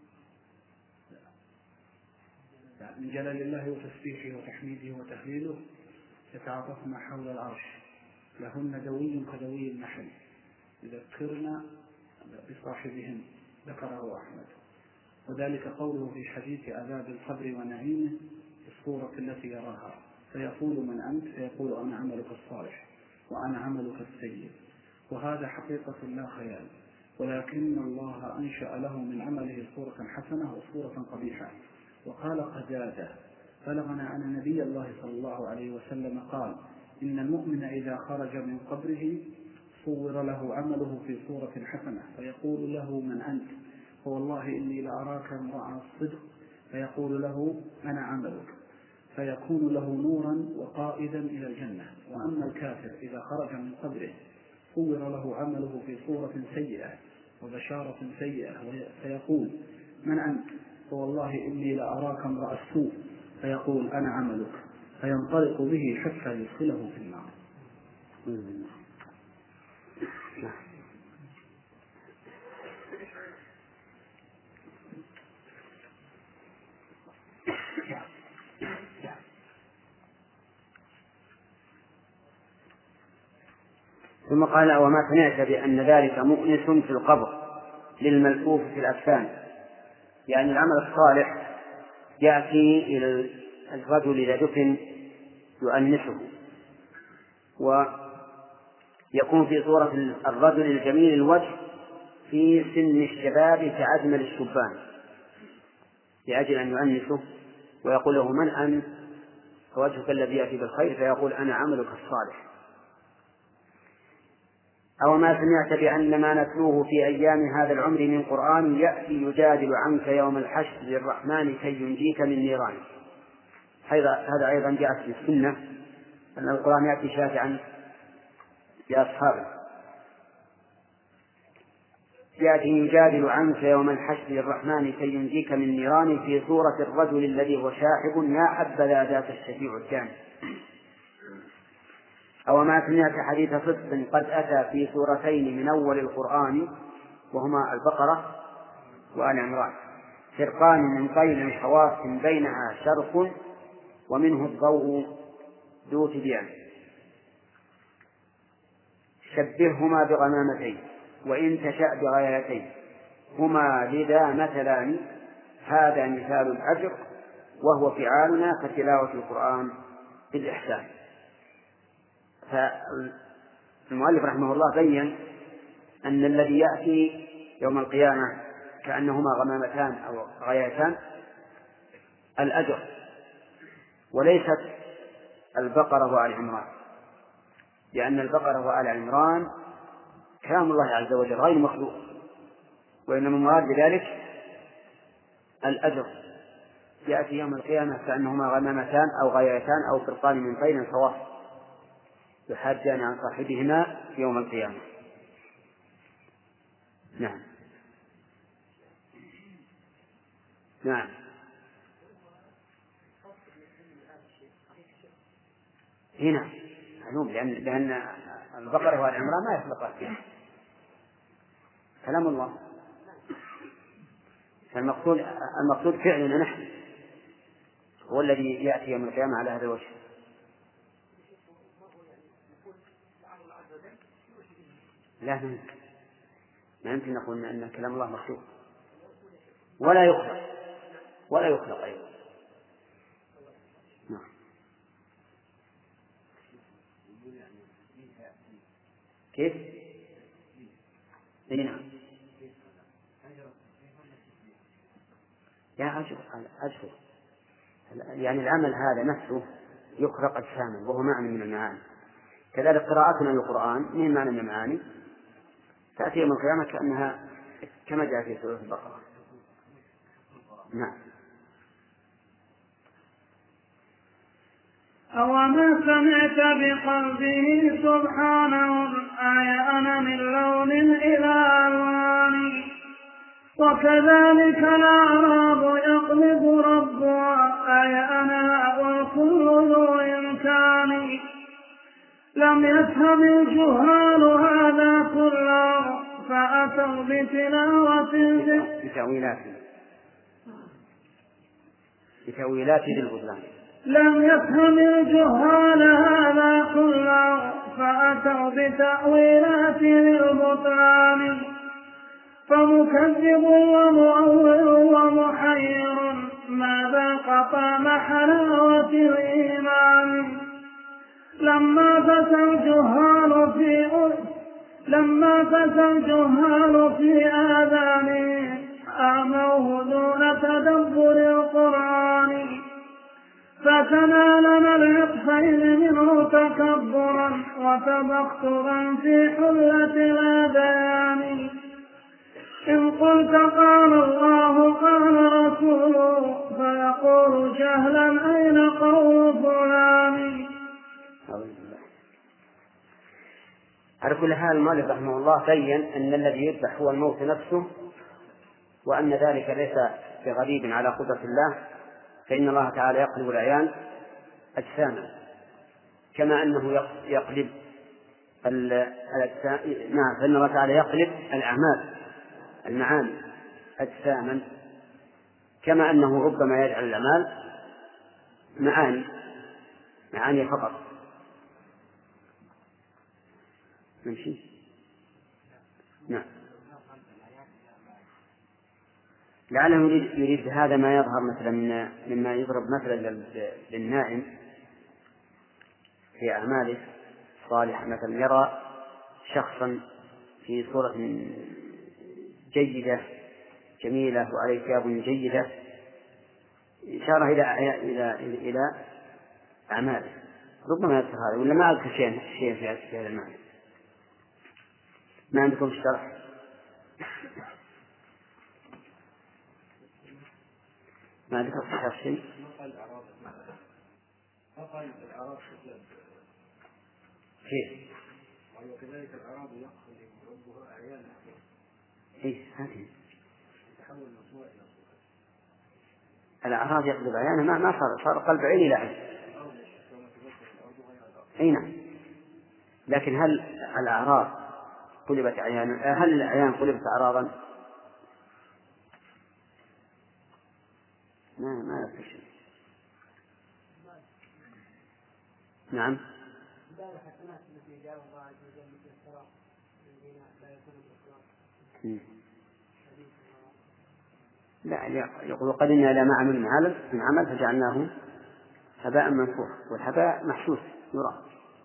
من جلال الله وتسبيحه وتحميده وتهليله يتعاطفن حول العرش، لهن دوي كدوي النحل يذكرن بصاحبهن، ذكره أحمد. وذلك قوله في حديث عذاب القبر ونعيمه في الصورة التي يراها، فيقول من أنت؟ فيقول أنا عملك الصالح وأنا عملك السيء. وهذا حقيقة لا خيال، ولكن الله أنشأ له من عمله صورة حسنة وصورة قبيحة. وقال قتادة بلغنا أن نبي الله صلى الله عليه وسلم قال إن المؤمن إذا خرج من قبره صور له عمله في صورة حسنة، فيقول له من أنت؟ فوالله إني لأراك امرأ الصدق، فيقول له أنا عملك، فيكون له نورا وقائدا إلى الجنة. وأما الكافر إذا خرج من قبره صور له عمله في صورة سيئة وبشارة سيئة، فيقول من أنت؟ فوالله إني لأراك امرأ السوء، فيقول أنا عملك، فينطلق به حتى يدخله في النار. ثم قال وما سمعت بأن ذلك مؤنس في القبر للملفوف في الأكفان، يعني العمل الصالح يأتي إلى الرجل إذا دفن يؤنسه، ويكون في صورة الرجل الجميل الوجه في سن الشباب كأجمل الشبان لأجل أن يؤنسه، ويقول له من أنت؟ فوجهك الذي يأتي بالخير، فيقول أنا عملك الصالح. أو ما سمعت بأن ما نتلوه في أيام هذا العمر من قرآن يأتي يجادل عنك يوم الحشر للرحمن كي ينجيك من نيران. هذا أيضا جاءت في السنة أن القرآن يأتي شافعا لأصحابه، يأتي يجادل عنك يوم الحشر للرحمن كي ينجيك من نيران في صورة الرجل الذي هو شاحب يا حبذا ذاك الشفيع الثاني. أو ما سمعت حديث صدق قد أتى في سورتين من أول القرآن وهما البقرة وآل عمران، فرقان من طيل حواس بينها شرق ومنه الضوء ذو تبيان. شبههما بغمامتين وإن تشأ بغايتين هما لذا مثلان هذا مثال الأجر وهو فعالنا كتلاوة القرآن بالإحسان. فالمؤلف رحمه الله بين أن الذي يأتي يوم القيامة كأنهما غمامتان أو غايتان الأجر، وليست البقرة وآل عمران، لأن البقرة وآل عمران كلام الله عز وجل غير مخلوق، وإنما المراد بذلك الأجر يأتي يوم القيامة كأنهما غمامتان أو غايتان أو فرقان من طير صواف يحاجان عن صاحبهما يوم القيامة. نعم نعم هنا معلوم لأن البقرة والعمران ما يخلقان فيها كلام الله، فالمقصود فعلنا نحن هو الذي يأتي يوم القيامة على هذا الوجه. لا ما يمكن نقول أن كلام الله مخلوق ولا يخلق أيضا. نعم. كيف؟ نعم. يا أجفر يعني العمل هذا نفسه يخلق أجساما وهو معنى من المعاني، كذلك قراءتنا للقرآن من معنى من المعاني تأتي يوم القيامة كأنها كما جاء في سورة البقرة. نعم. أوما سمعت بقلبه سبحانه أيأن من لون إلى ألوان وكذلك الأعراب يقلب ربها أيأنها والكل ذو إمكان لم يفهم الجهال هذا كله فأتوا بتلاوة بتأويلات للبطلان. لم يفهم الجهال هذا كله فأتوا بتأويلات للبطلان فمكذب ومؤول ومحير ماذا قطام حلاوة الإيمان لما فتى الجهال في آذانهم أعموه دون تدبر القرآن فتنالنا العطفين منه تكبرا وتبخترا في حلة الأديان إن قلت قال الله قال رسوله فيقول جهلا أين قول فلان. على كل حال المؤلف رحمه الله بين أن الذي يذبح هو الموت نفسه، وأن ذلك ليس بغريب على قدرة الله، فإن الله تعالى يقلب الأعيان أجساما كما أنه يقلب نعم، فإن الله تعالى يقلب الأعمال المعاني أجساما كما أنه ربما يجعل الأعمال معاني فقط. نمشي. نعم. لعله يريد هذا ما يظهر مثلا مما يضرب مثلا للنائم في أعماله الصالحة، مثلا يرى شخصا في صورة جيدة جميلة وعليه ثياب جيدة، إشارة إلى أعماله، ربما يذكر هذا ولا ما أذكر شيء في هذا المعنى. ما عندكم شرح؟ ما عندكم شرح شيء؟ كيف؟ وكذلك الأعراب يقلب ربها أعيانا. إيه هذه. يتحول المسموع إلى صورة. الأعراض يقلب أعيانا ما صار قلب عين إلى عين. أي نعم. لكن هل الأعراض قلبت أعيانا؟ هل الأعيان قلبت أعراضا؟ ما يذكر شيء. نعم. لا، يقول قدمنا إلى ما عمل من عمل فجعلناه هباء منثورا، والهباء محسوس يرى.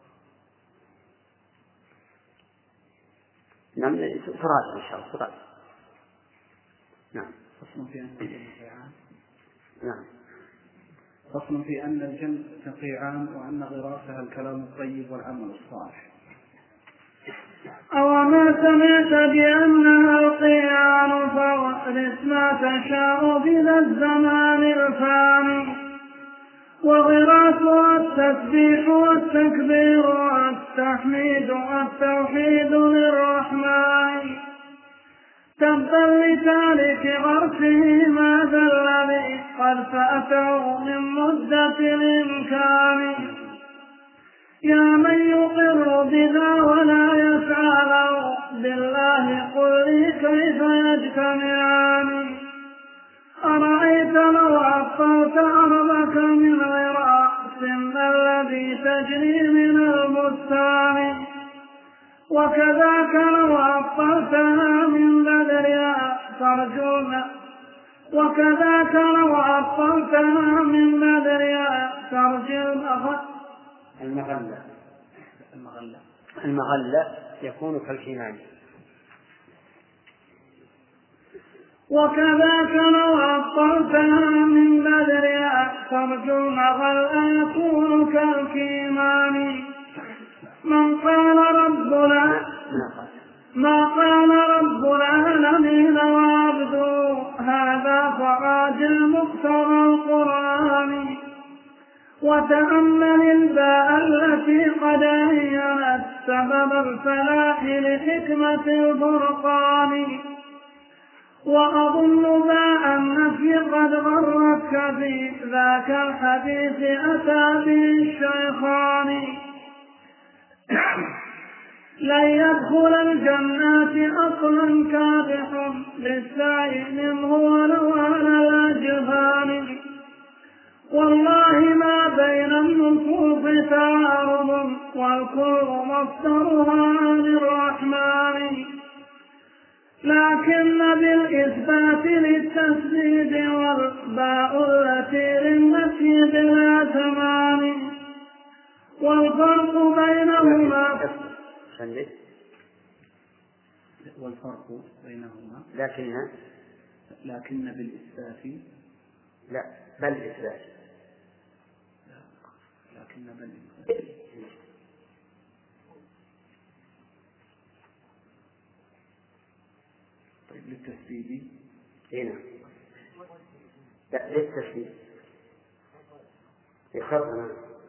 نعم، تراجع إن شاء الله تراجع. نعم. فصل في أن الجنة قيعان وأن غراسها الكلام الطيب والعمل الصالح. أوما سمعت بأنها القيعان فاغرس ما تشاء في ذا الزمان الفاني، وغراسها التسبيح والتكبير والتحميد والتوحيد للرحمن. تبا لتارك غرسه ماذا الذي قد فأته من مدة الإمكان، يا من يقر بذا ولا يسعى له بالله قل لي كيف يجتمعان. أرأيت لو عطلت أرضك من غراس الذي تجري من البستان، وكذاك لو عطلتها من بدرها ترجو المغلة يكون كالكيمان. وكذاك لو عطلتها من بدرها ترجو المغلة يكون كالكيمان. ما قال رب العالمين وعبده هذا فراجل مقتضى القرآن. وتأمل الباء التي قد أينت سبب الفلاح لحكمة الفرقان. وأظن باء النفي قد غرتك في ذاك الحديث أتى به الشيخان. لن يدخل الجنات أصلا كادح للسعي منه ولو على الأجفان. والله ما بين النصوص تعارض والكل مصدرها عن الرحمن. لكن بالإثبات للتسديد والباء التي للنفي بلا تمام. والفرق بينهما لكن بالإثبات لا بل إثبات لكن بالإثبات طيب للتسديد هنا لا للتسديد يخرجنا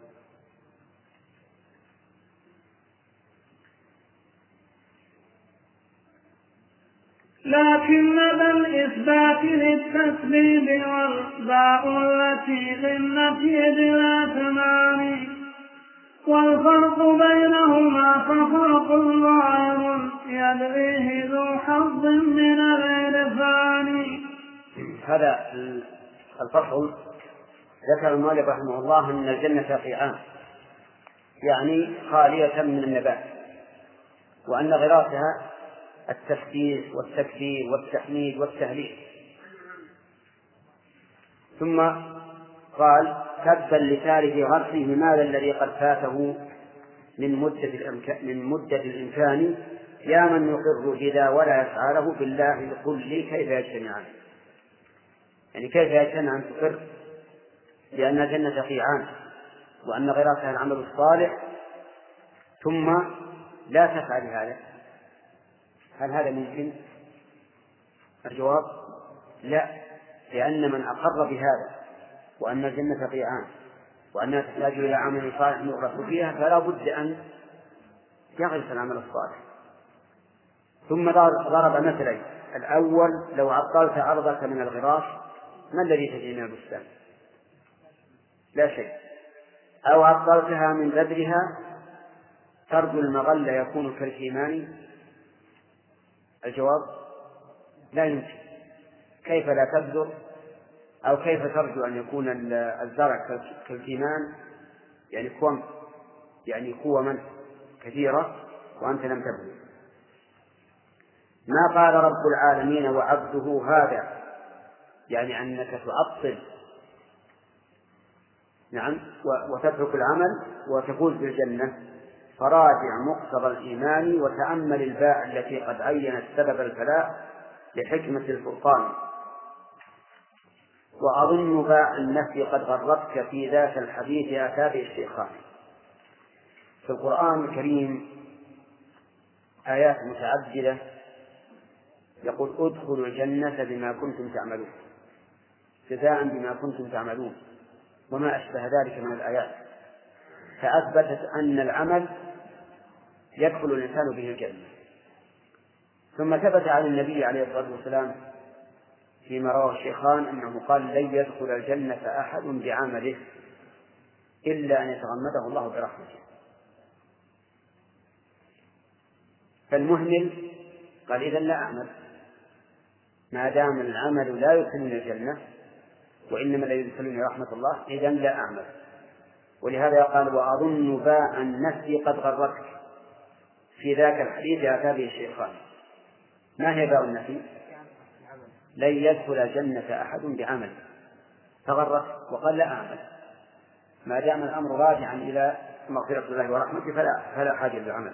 لكن بالإثبات للتسبيب والباء التي للنفي بلا تمام. والفرق بينهما ففرق ظاهر يدريه ذو حظ من العرفان. هذا الفصل ذكر المؤلف رحمه الله أن الجنة قيعان يعني خالية من النبات، وأن غراسها التسبيح والتكبير والتحميد والتهليل. ثم قال تبا لتارك غرسه ماذا الذي قد فاته من مدة الإمكان، يا من يقر بذا ولا يسعى له بالله قل لي كيف يجتمعان. يعني كيف يجتمع أن تقر بأن الجنة قيعان وأن غراسها العمل الصالح ثم لا تفعل هذا؟ هل هذا ممكن؟ الجواب لا، لأن من أقر بهذا وأن الجنة قيعان وأنها تحتاج إلى عمل صالح يغرس فيها فلا بد أن يغرس العمل الصالح. ثم ضرب مثلين: الأول لو عطلت أرضك من الغراس ما الذي تجري من البستان؟ لا شيء. أو عطلتها من بذرها ترجو المغل يكون كالكيمان. الجواب لا يمكن. كيف لا تبذر أو كيف ترجو أن يكون الزرع كالكيمان يعني كوم يعني قوما كثيرة وأنت لم تبلغ. ما قال رب العالمين وعبده هذا، يعني أنك تعطل نعم وتترك العمل وتفوز بالجنة، فراجع مقتضى الإيمان وتأمل الباء التي قد عينت سبب الفلاح لحكمة الفرقان. وأظن باء النفي قد غرتك في ذاك الحديث أتى به الشيخان. في القرآن الكريم آيات متعددة يقول ادخلوا الجنة بما كنتم تعملون، جزاء بما كنتم تعملون، وما أشبه ذلك من الآيات، فأثبتت أن العمل يدخل الإنسان به الجنة. ثم ثبت عن النبي عليه الصلاة والسلام فيما رواه الشيخان أنه قال لن يدخل الجنة أحد بعمله إلا أن يتغمده الله برحمته. فالمهمل قال إذن لا أعمل، ما دام العمل لا يدخلني الجنة وإنما لا يدخلني رحمة الله إذن لا أعمل. ولهذا قال وأظن باء النفي قد غرتك في ذاك الحديث أتى به الشيخان. ما هي باء النفي؟ لن يدخل الجنة أحد بعمل، فغرت وقال لا أعمل، ما دام الأمر راجعا إلى مغفرة الله ورحمته فلا حاجة للعمل.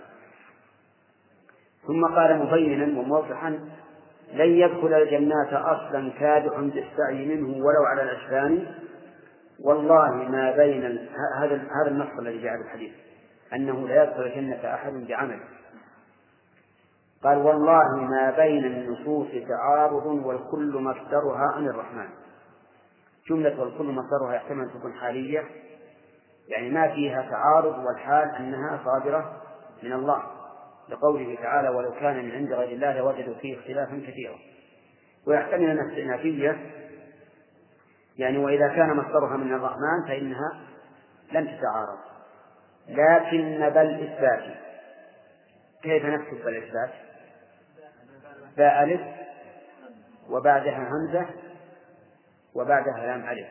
ثم قال مبينا وموضحا لن يدخل الجنة أصلا كادح بالسعي منه ولو على الأشفان، والله ما بين هذا النص الذي جاء بالحديث أنه لا يدخل الجنة أحد بعمل. قال والله ما بين النصوص تعارض والكل مصدرها عن الرحمن. جملة والكل مصدرها يحتمل أن تكون حالية، يعني ما فيها تعارض، والحال أنها صادرة من الله، لقوله تعالى ولو كان من عند غير الله لوجدوا فيه اختلافا كثيرا. ويحتمل أن استئنافية، يعني وإذا كان مصدرها من الرحمن فإنها لن تتعارض. لكن بالإثبات كيف نكتب بالإثبات؟ باء ألف وبعدها همزة وبعدها لام ألف.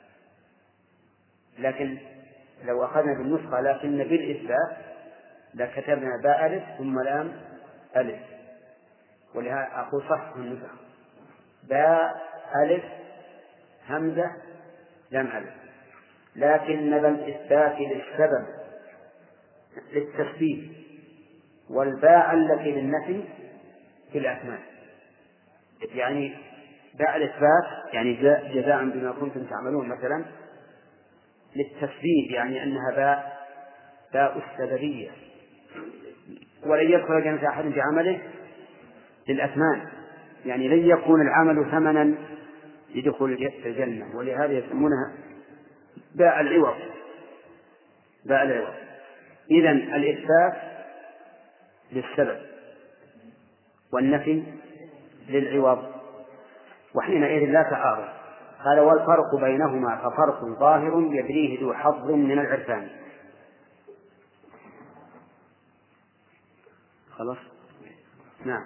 لكن لو أخذنا بالنسخة لكن بالإثبات لكتبنا باء ألف ثم لام ألف، ولهذا أقول صح النسخ باء ألف همزة لام ألف. لكن بالإثبات للسبب للتثبيت، والباء التي للنفي في الأسماء، يعني باء الإثبات يعني جزاء بما كنتم تعملون مثلا للتثبيت، يعني أنها باء السببية. ولن يدخل الجنة أحد بعمله للأثمان، يعني لن يكون العمل ثمنا لدخول الجنة، ولهذا يسمونها باء العوض. إذن الإثبات للسبب والنفي للعوض، وحينئذ لا تعارض. قال والفرق بينهما ففرق ظاهر يدريه ذو حظ من العرفان. خلاص نعم.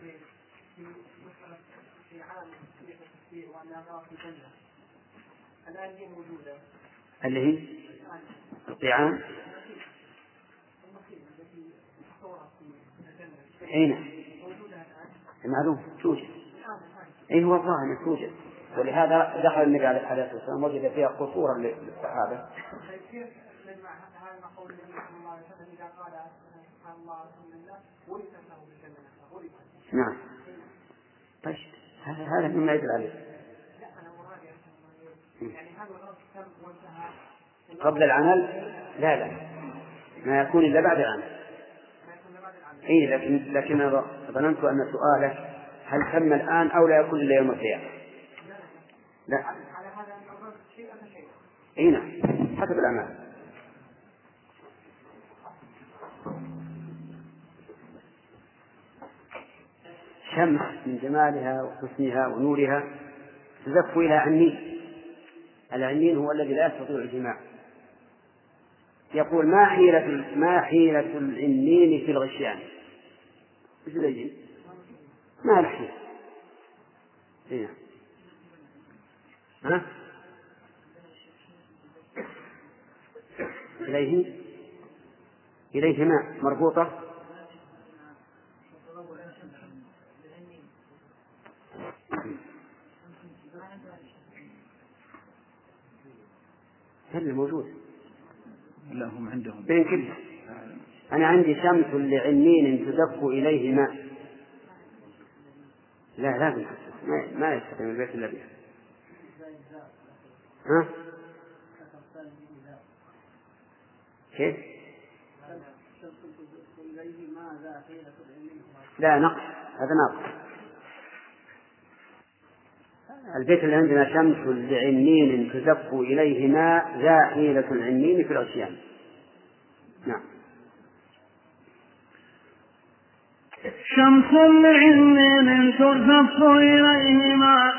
اللي هي الطعام أين معلوم توجد، أي هو الظاهر أنه توجد، ولهذا دخل النبي عليه الصلاة والسلام وجد فيها قصورا للصحابة. نعم طيب هذا مما يدل عليه قبل العمل. لا ما يكون إلا بعد العمل. إيه لكن ظننت أن سؤالك هل تم الآن أو لا يكون إلا يوم القيامة. لا إيه نعم حسب الأعمال. شمس من جمالها وحسنها ونورها تزف إلى عنين. العنين هو الذي لا يستطيع الجماع. يقول ما حيلة العنين في الغشيان؟ ايش الذي ما الحين إيه؟ ها إليه إليهما مربوطة. هل موجود؟ لا هم عندهم بين كده. أنا عندي شمس لعنين تدق إليه ماء. لا لازم ما يستخدم البيت إلا بها. ها؟ كيف؟ لا نقص، هذا نقص. البيت اللي عندنا شمس لعنين تدق إليه ماء ذا حيلة العنين في العصيان. نعم. شمس لعنين تزف إليه ماء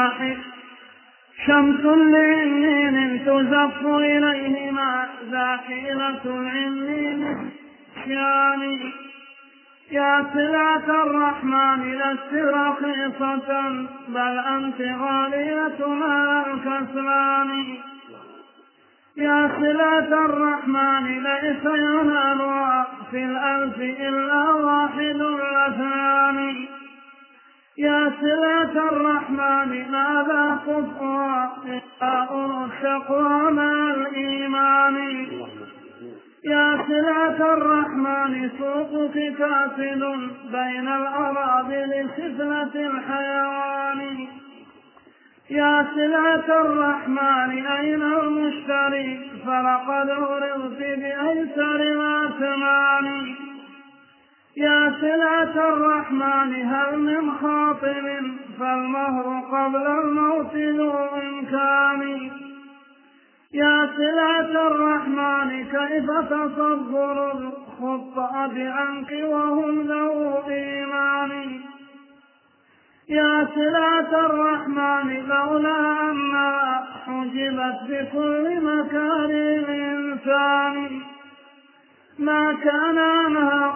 شمس لعنين تزف إليه ماء ذا حيلة العنين يعني يا سلعة الرحمن لست رخيصة بل أنت غالية مع الكسلان. يا سلعة الرحمن ليس ينالها في الألف إلا واحد الاثنان. يا سلعة الرحمن ماذا خطوها إلا التقوى مع الإيمان. يا سلعة الرحمن سوقك كافل بين الأراضي لسفلة الحيوان. يا سلعة الرحمن أين المشتري فلقد عرضت بأيسر الأثمان. يا سلعة الرحمن هل من خاطر فالمهر قبل الموت ذو إمكان. يا سلعة الرحمن كيف تصبر الخطأ عنك وهم ذو إيمان. يا سلعة الرحمن لولا أنها حجبت بكل مكان الإنسان ما كان عنها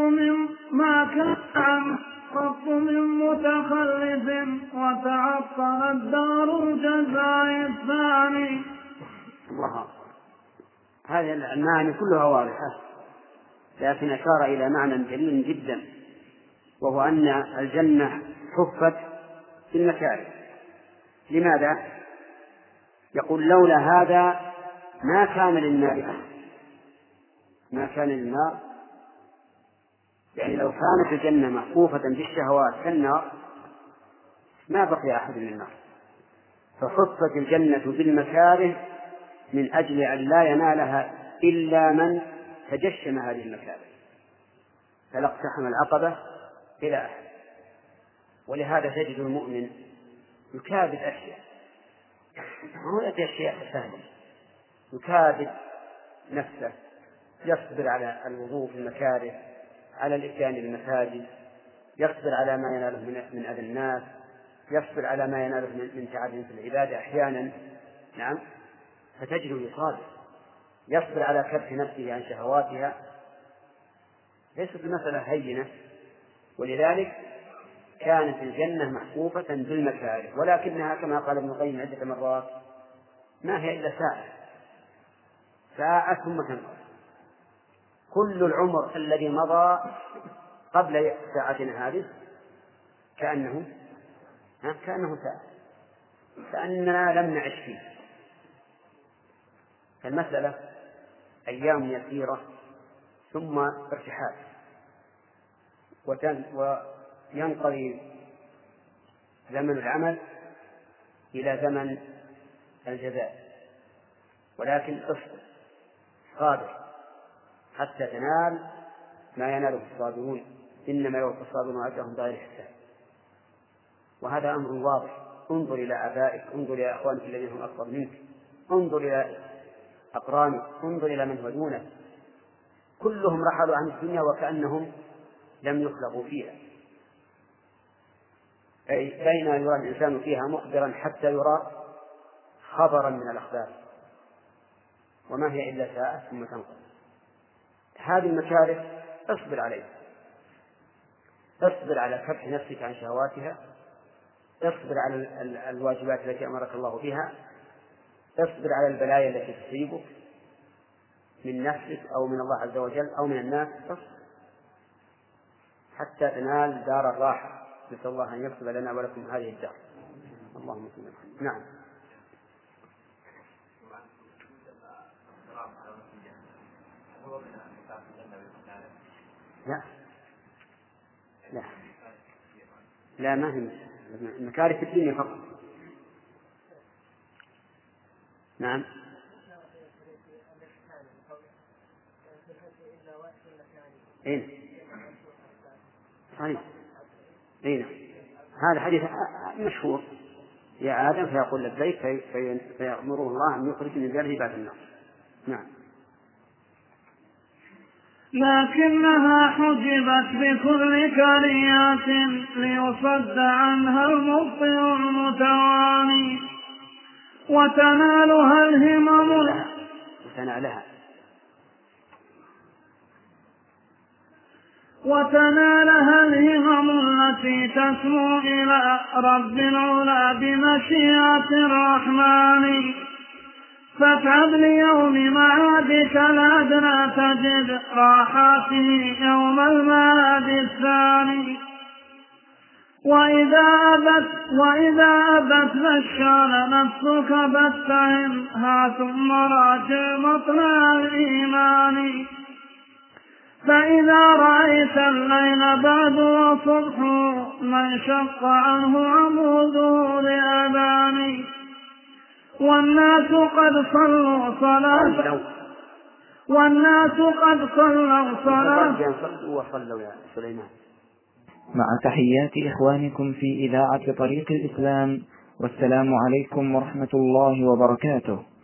قط من متخلف وتعطل الدار الجزاء الثاني. الله. هذه المعاني كلها واضحة، لكن أشار إلى معنى جليل جدا، وهو أن الجنة حفت بالمكاره. لماذا؟ يقول لولا هذا ما كان للنار، يعني لو كانت الجنة محفوفة بالشهوات كالنار ما بقي أحد للنار، فحفت الجنة بالمكاره من أجل أن لا ينالها إلا من تجشم هذه المكاره فلا اقتحم العقبة إلى أحد. ولهذا تجد المؤمن يكابد أشياء، ما هو أشياء سهلة، يكابد نفسه، يصبر على الوضوء في المكاره، على الإتيان بالمساجد، يصبر على ما يناله من أذى الناس، يصبر على ما يناله من تعب في العبادة أحيانا. نعم. فتجده يصابر، يصبر على كبح نفسه عن شهواتها، ليست المسألة هينة. ولذلك كانت الجنة محفوفة بالمكاره، ولكنها كما قال ابن القيم عدة مرات ما هي إلا ساعة ثم تنقضي. كل العمر الذي مضى قبل ساعتنا هذه كأنه ساعة، كأننا لم نعش فيه. فالمسألة أيام يسيرة ثم ارتحال، وينقضي زمن العمل إلى زمن الجزاء. ولكن اصبر صابر حتى تنال ما يناله الصابرون، إنما يوفى الصابرون أجرهم بغير حساب. وهذا أمر واضح. انظر إلى آبائك، انظر إلى أخوانك الذين هم أكبر منك، انظر إلى أقرانك، انظر إلى من هو دونك، كلهم رحلوا عن الدنيا وكأنهم لم يخلقوا فيها. بين يرى الإنسان فيها مخبرا حتى يرى خبرا من الأخبار، وما هي إلا ساعة ثم تنقضي. هذه المكاره اصبر عليها، اصبر على كبح نفسك عن شهواتها، اصبر على الواجبات التي أمرك الله بها، اصبر على البلايا التي تصيبك من نفسك أو من الله عز وجل أو من الناس حتى تنال دار الراحة. نسأل الله أن يكتب لنا ولكم هذه الدار. اللهم صل وسلم. نعم. لا لا لا، ما هي مكاره الدنيا فقط. نعم. إيه صحيح. إيه هذا حديث مشهور: يا آدم فيقول لبيك فيأمره الله أن يخرج من ذلك بعد النار. نعم. لكنها حجبت بكل كريات ليصد عنها المبطئ المتواني وتنالها الهمم التي تسمو إلى رب العلا بمشيئة الرحمن. فاتعب ليوم معادك الأدنى تجد راحاته يوم المعاد الثاني. وإذا أبت فاشال نفسك فاستعنها ثم راجع مطلع الإيمان. فإذا رأيت الليل بعد وصبح من شق عنه عموده لأباني. والناس قد صلوا صلاة وصلوا يا سليمان. مع تحيات إخوانكم في إذاعة طريق الإسلام، والسلام عليكم ورحمة الله وبركاته.